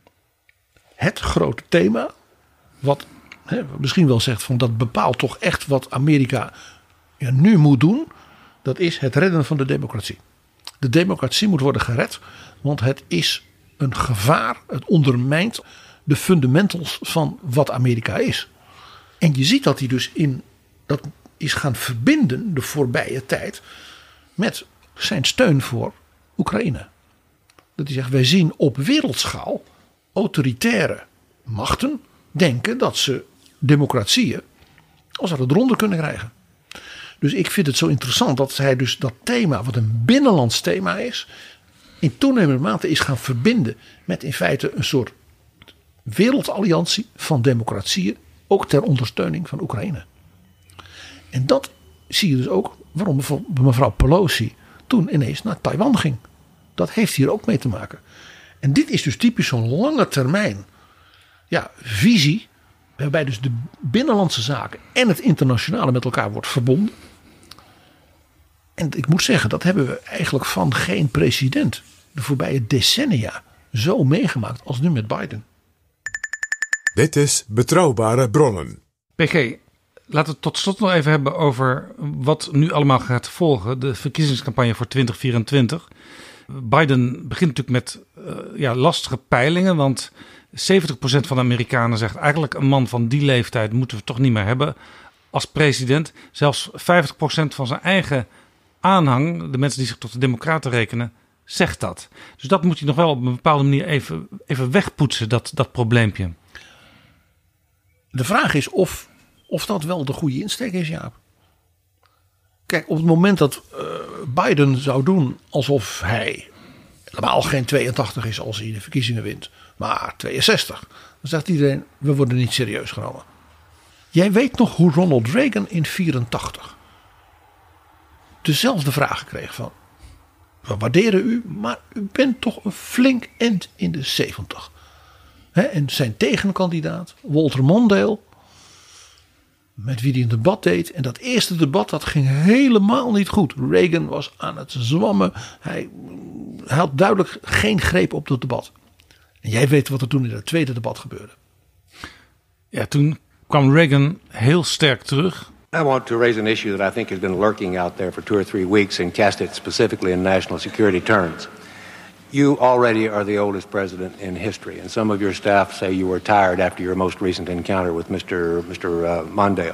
het grote thema, wat misschien wel zegt van dat bepaalt toch echt wat Amerika nu moet doen. Dat is het redden van de democratie. De democratie moet worden gered, want het is een gevaar. Het ondermijnt de fundamentals van wat Amerika is. En je ziet dat hij dus dat is gaan verbinden de voorbije tijd met zijn steun voor Oekraïne. Dat hij zegt, wij zien op wereldschaal autoritaire machten denken dat ze democratieën als het eronder kunnen krijgen. Dus ik vind het zo interessant dat hij dus dat thema, wat een binnenlands thema is, in toenemende mate is gaan verbinden met in feite een soort wereldalliantie van democratieën, ook ter ondersteuning van Oekraïne. En dat zie je dus ook waarom mevrouw Pelosi toen ineens naar Taiwan ging. Dat heeft hier ook mee te maken. En dit is dus typisch zo'n lange termijn visie, waarbij dus de binnenlandse zaken en het internationale met elkaar wordt verbonden. En ik moet zeggen, dat hebben we eigenlijk van geen president de voorbije decennia zo meegemaakt als nu met Biden. Dit is Betrouwbare Bronnen. PG, laten we het tot slot nog even hebben over wat nu allemaal gaat volgen. De verkiezingscampagne voor 2024. Biden begint natuurlijk met lastige peilingen, want 70% van de Amerikanen zegt eigenlijk een man van die leeftijd moeten we toch niet meer hebben als president. Zelfs 50% van zijn eigen aanhang, de mensen die zich tot de democraten rekenen, zegt dat. Dus dat moet hij nog wel op een bepaalde manier even wegpoetsen, dat probleempje. De vraag is of dat wel de goede insteek is, Jaap. Kijk, op het moment dat Biden zou doen alsof hij helemaal geen 82 is als hij de verkiezingen wint, maar 62. Dan zegt iedereen, we worden niet serieus genomen. Jij weet nog hoe Ronald Reagan in 84 dezelfde vraag kreeg van, we waarderen u, maar u bent toch een flink end in de 70. En zijn tegenkandidaat, Walter Mondale, met wie hij een debat deed. En dat eerste debat, dat ging helemaal niet goed. Reagan was aan het zwammen. Hij had duidelijk geen greep op dat debat. En jij weet wat er toen in het tweede debat gebeurde. Ja, toen kwam Reagan heel sterk terug. I want to raise an issue that I think has been lurking out there for 2 or 3 weeks and cast it specifically in national security terms. You already are the oldest president in history, and some of your staff say you were tired after your most recent encounter with Mr. Mondale.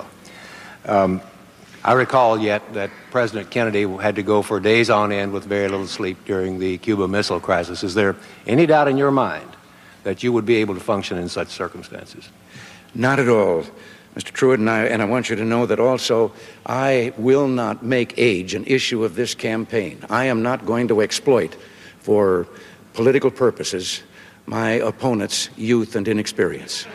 I recall yet that President Kennedy had to go for days on end with very little sleep during the Cuba Missile Crisis. Is there any doubt in your mind that you would be able to function in such circumstances? Not at all, Mr. Truitt, and I want you to know that also I will not make age an issue of this campaign. I am not going to exploit for political purposes my opponent's youth and inexperience.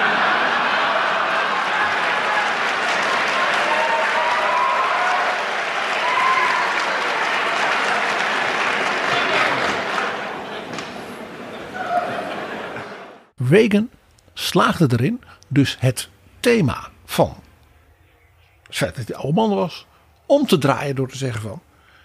Reagan slaagde erin dus het thema van het feit dat hij oude man was om te draaien door te zeggen van,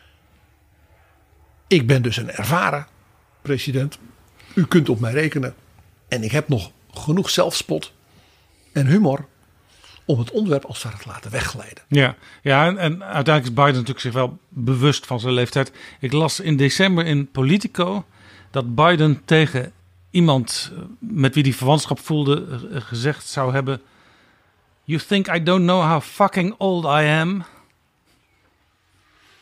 ik ben dus een ervaren president. U kunt op mij rekenen. En ik heb nog genoeg zelfspot en humor om het onderwerp als het ware te laten wegglijden. Ja, en uiteindelijk is Biden natuurlijk zich wel bewust van zijn leeftijd. Ik las in december in Politico dat Biden tegen iemand met wie die verwantschap voelde gezegd zou hebben, you think I don't know how fucking old I am?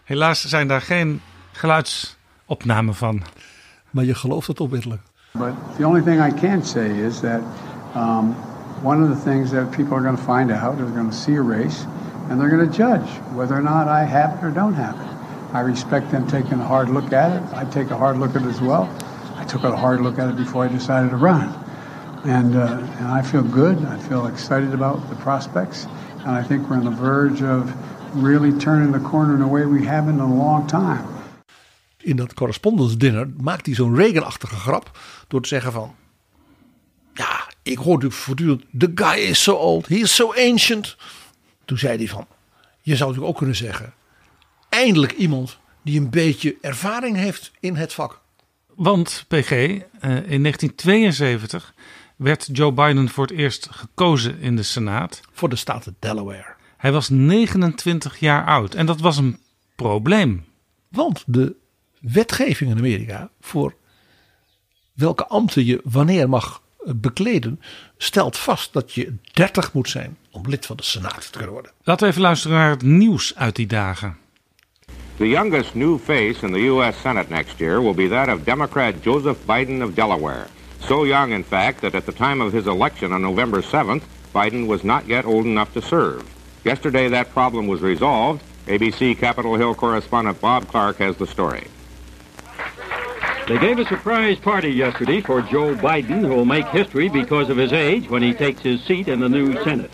Helaas zijn daar geen geluidsopnamen van. Maar je gelooft het onmiddellijk. But the only thing I can say is that one of the things that people are going to find out, they're going to see a race, and they're going to judge whether or not I have it or don't have it. I respect them taking a hard look at it. I take a hard look at it as well. I took a hard look at it before I decided to run. And I feel good. I feel excited about the prospects. And I think we're on the verge of really turning the corner in a way we haven't in a long time. In dat correspondence dinner maakt hij zo'n Reagan-achtige grap door te zeggen van... Ja, ik hoor natuurlijk voortdurend... The guy is so old, he is so ancient. Toen zei hij van... Je zou natuurlijk ook kunnen zeggen... Eindelijk iemand die een beetje ervaring heeft in het vak. Want, PG, in 1972 werd Joe Biden voor het eerst gekozen in de Senaat. Voor de staat Delaware. Hij was 29 jaar oud en dat was een probleem. Want de wetgeving in Amerika voor welke ambten je wanneer mag bekleden, stelt vast dat je 30 moet zijn om lid van de Senaat te kunnen worden. Laten we even luisteren naar het nieuws uit die dagen. The youngest new face in the U.S. Senate next year will be that of Democrat Joseph Biden of Delaware. So young, in fact, that at the time of his election on November 7th, Biden was not yet old enough to serve. Yesterday, that problem was resolved. ABC Capitol Hill correspondent Bob Clark has the story. They gave a surprise party yesterday for Joe Biden, who will make history because of his age when he takes his seat in the new Senate.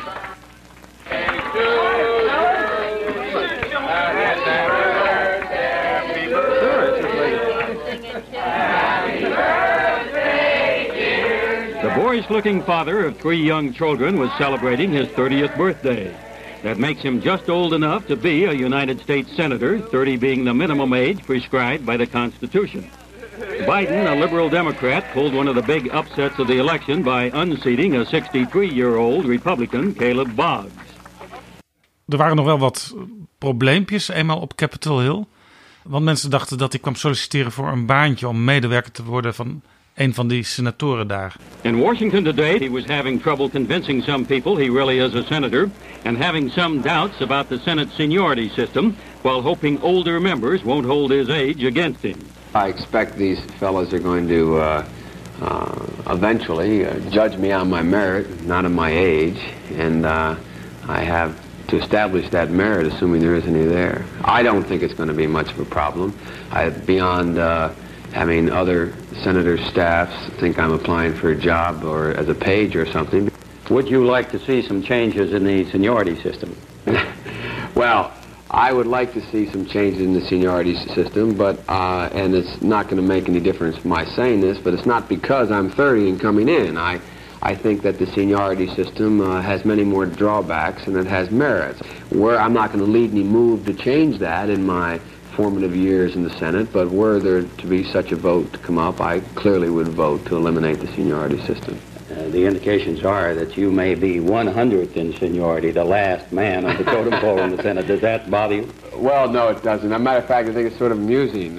The boyish-looking father of 3 young children was celebrating his 30th birthday. That makes him just old enough to be a United States Senator, 30 being the minimum age prescribed by the Constitution. Biden, a liberal Democrat, pulled one of the big upsets of the election by unseating a 63-year-old Republican, Caleb Boggs. Er waren nog wel wat probleempjes eenmaal op Capitol Hill. Want mensen dachten dat hij kwam solliciteren voor een baantje om medewerker te worden van een van die senatoren daar. In Washington today, he was having trouble convincing some people he really is a senator and having some doubts about the Senate seniority system while hoping older members won't hold his age against him. I expect these fellows are going to eventually judge me on my merit, not on my age, and I have to establish that merit, assuming there is any there. I don't think it's going to be much of a problem. Beyond having other senators' staffs think I'm applying for a job or as a page or something. Would you like to see some changes in the seniority system? Well, I would like to see some changes in the seniority system, but and it's not going to make any difference my saying this, but it's not because I'm 30 and coming in. I think that the seniority system has many more drawbacks than it has merits. Where I'm not going to lead any move to change that in my formative years in the Senate, but were there to be such a vote to come up, I clearly would vote to eliminate the seniority system. The indications are that you may be 100th in seniority, the last man on the totem pole in the Senate. Does that bother you? Well, no, it doesn't. As a matter of fact, I think it's sort of amusing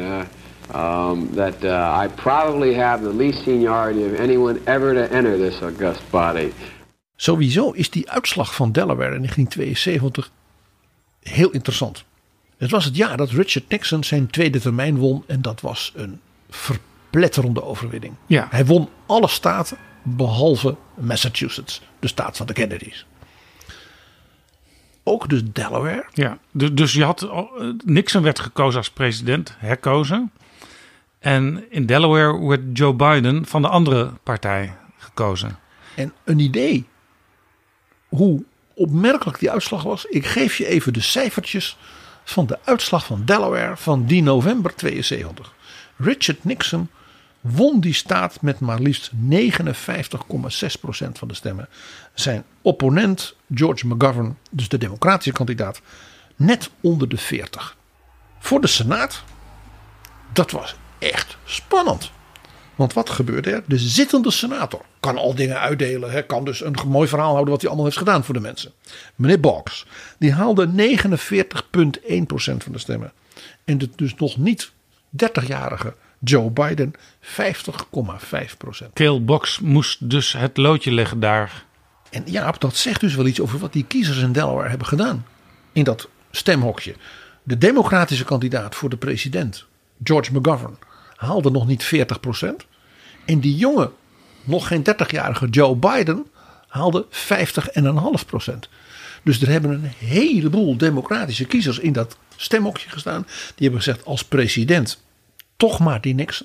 that I probably have the least seniority of anyone ever to enter this august body. Sowieso is die uitslag van Delaware in 1972 heel interessant. Het was het jaar dat Richard Nixon zijn tweede termijn won en dat was een verpletterende overwinning. Ja. Hij won alle staten behalve Massachusetts, de staat van de Kennedys. Ook dus Delaware. Ja, dus je had Nixon werd gekozen als president, herkozen. En in Delaware werd Joe Biden van de andere partij gekozen. En een idee hoe opmerkelijk die uitslag was. Ik geef je even de cijfertjes van de uitslag van Delaware van die november 72. Richard Nixon won die staat met maar liefst 59,6% van de stemmen. Zijn opponent George McGovern, dus de democratische kandidaat, net onder de 40. Voor de Senaat, dat was echt spannend. Want wat gebeurde er? De zittende senator kan al dingen uitdelen. Kan dus een mooi verhaal houden wat hij allemaal heeft gedaan voor de mensen. Meneer Boggs, die haalde 49,1% van de stemmen. En dus nog niet 30-jarige Joe Biden 50,5%. Caleb Boggs moest dus het loodje leggen daar. En ja, dat zegt dus wel iets over wat die kiezers in Delaware hebben gedaan. In dat stemhokje. De democratische kandidaat voor de president, George McGovern, haalde nog niet 40%. En die jonge, nog geen 30-jarige Joe Biden haalde 50,5%. Dus er hebben een heleboel democratische kiezers in dat stemhokje gestaan. Die hebben gezegd als president toch maar die Nixon.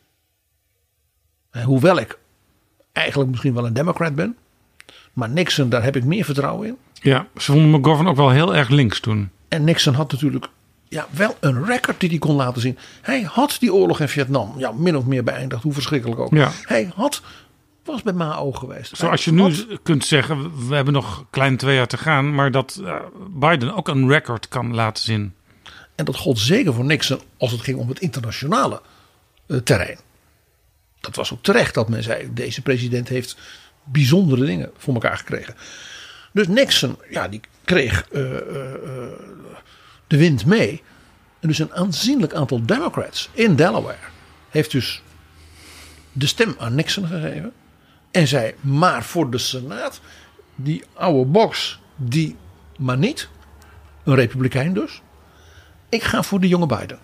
Hoewel ik eigenlijk misschien wel een democrat ben. Maar Nixon, daar heb ik meer vertrouwen in. Ja, ze vonden McGovern ook wel heel erg links toen. En Nixon had natuurlijk wel een record die hij kon laten zien. Hij had die oorlog in Vietnam min of meer beëindigd. Hoe verschrikkelijk ook. Ja. Hij was bij Mao geweest. Zoals je nu kunt zeggen, we hebben nog klein 2 jaar te gaan. Maar dat Biden ook een record kan laten zien. En dat gold zeker voor Nixon als het ging om het internationale terrein. Dat was ook terecht dat men zei, deze president heeft bijzondere dingen voor elkaar gekregen. Dus Nixon, die kreeg de wind mee. En dus een aanzienlijk aantal Democrats in Delaware heeft dus de stem aan Nixon gegeven. En zei, maar voor de Senaat, die oude box, die maar niet. Een republikein dus. Ik ga voor de jonge Biden.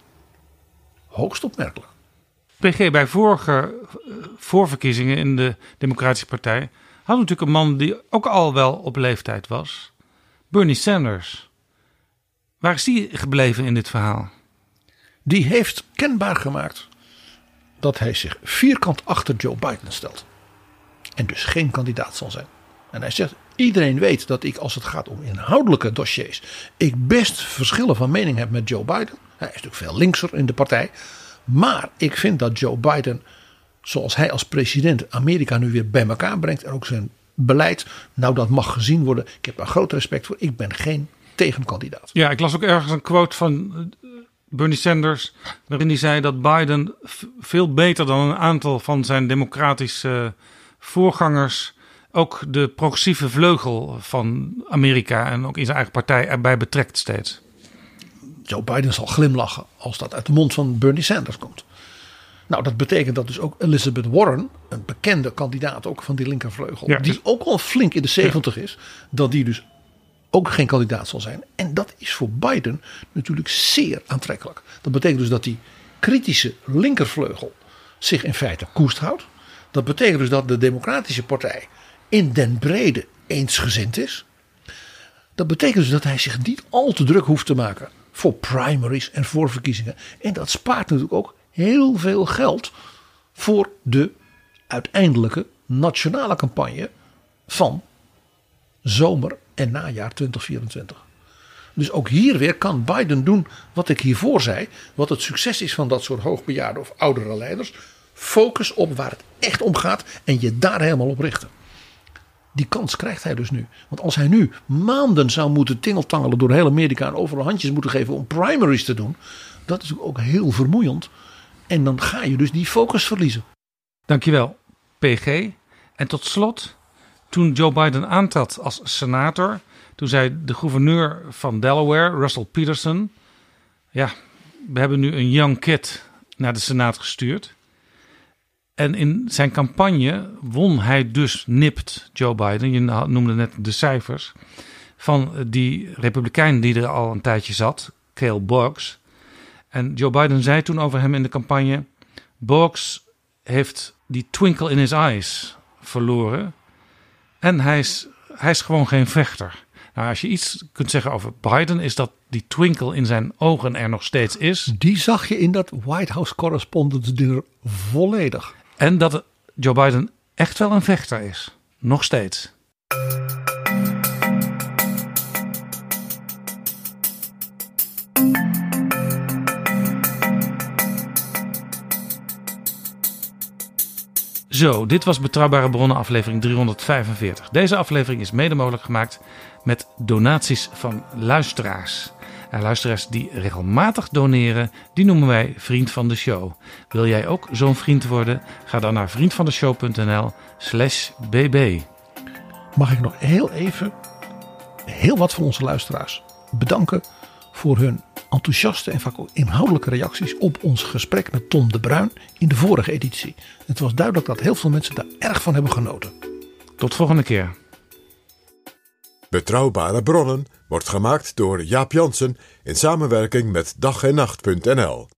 Hoogst opmerkelijk. PG, bij vorige voorverkiezingen in de Democratische Partij hadden we natuurlijk een man die ook al wel op leeftijd was. Bernie Sanders. Waar is die gebleven in dit verhaal? Die heeft kenbaar gemaakt dat hij zich vierkant achter Joe Biden stelt. En dus geen kandidaat zal zijn. En hij zegt, iedereen weet dat ik als het gaat om inhoudelijke dossiers, ik best verschillen van mening heb met Joe Biden. Hij is natuurlijk veel linkser in de partij. Maar ik vind dat Joe Biden, zoals hij als president Amerika nu weer bij elkaar brengt. En ook zijn beleid, dat mag gezien worden. Ik heb daar groot respect voor. Ik ben geen tegenkandidaat. Ja, ik las ook ergens een quote van Bernie Sanders. Waarin hij zei dat Biden veel beter dan een aantal van zijn democratische voorgangers ook de progressieve vleugel van Amerika en ook in zijn eigen partij erbij betrekt steeds. Joe Biden zal glimlachen als dat uit de mond van Bernie Sanders komt. Nou, dat betekent dat dus ook Elizabeth Warren, een bekende kandidaat ook van die linkervleugel, die ook al flink in de 70 is, dat die dus ook geen kandidaat zal zijn. En dat is voor Biden natuurlijk zeer aantrekkelijk. Dat betekent dus dat die kritische linkervleugel zich in feite koest houdt. Dat betekent dus dat de Democratische Partij in den brede eensgezind is. Dat betekent dus dat hij zich niet al te druk hoeft te maken voor primaries en voor verkiezingen. En dat spaart natuurlijk ook heel veel geld voor de uiteindelijke nationale campagne van zomer en najaar 2024. Dus ook hier weer kan Biden doen wat ik hiervoor zei. Wat het succes is van dat soort hoogbejaarde of oudere leiders. Focus op waar het echt om gaat en je daar helemaal op richten. Die kans krijgt hij dus nu. Want als hij nu maanden zou moeten tingeltangelen door heel Amerika en overal handjes moeten geven om primaries te doen. Dat is ook heel vermoeiend. En dan ga je dus die focus verliezen. Dankjewel, PG. En tot slot, toen Joe Biden aantrad als senator, toen zei de gouverneur van Delaware, Russell Peterson, we hebben nu een young kid naar de Senaat gestuurd. En in zijn campagne won hij dus nipt, Joe Biden, je noemde net de cijfers, van die republikein die er al een tijdje zat, Cale Boggs. En Joe Biden zei toen over hem in de campagne, Boggs heeft die twinkle in his eyes verloren. En hij is gewoon geen vechter. Nou, als je iets kunt zeggen over Biden, is dat die twinkle in zijn ogen er nog steeds is. Die zag je in dat White House Correspondents' Dinner volledig. En dat Joe Biden echt wel een vechter is. Nog steeds. Zo, dit was Betrouwbare Bronnen aflevering 345. Deze aflevering is mede mogelijk gemaakt met donaties van luisteraars. En luisteraars die regelmatig doneren, die noemen wij vriend van de show. Wil jij ook zo'n vriend worden? Ga dan naar vriendvandeshow.nl/bb. Mag ik nog heel wat van onze luisteraars bedanken voor hun enthousiaste en vaak ook inhoudelijke reacties op ons gesprek met Tom de Bruin in de vorige editie. Het was duidelijk dat heel veel mensen daar erg van hebben genoten. Tot volgende keer. Betrouwbare bronnen wordt gemaakt door Jaap Jansen in samenwerking met dag-en-nacht.nl.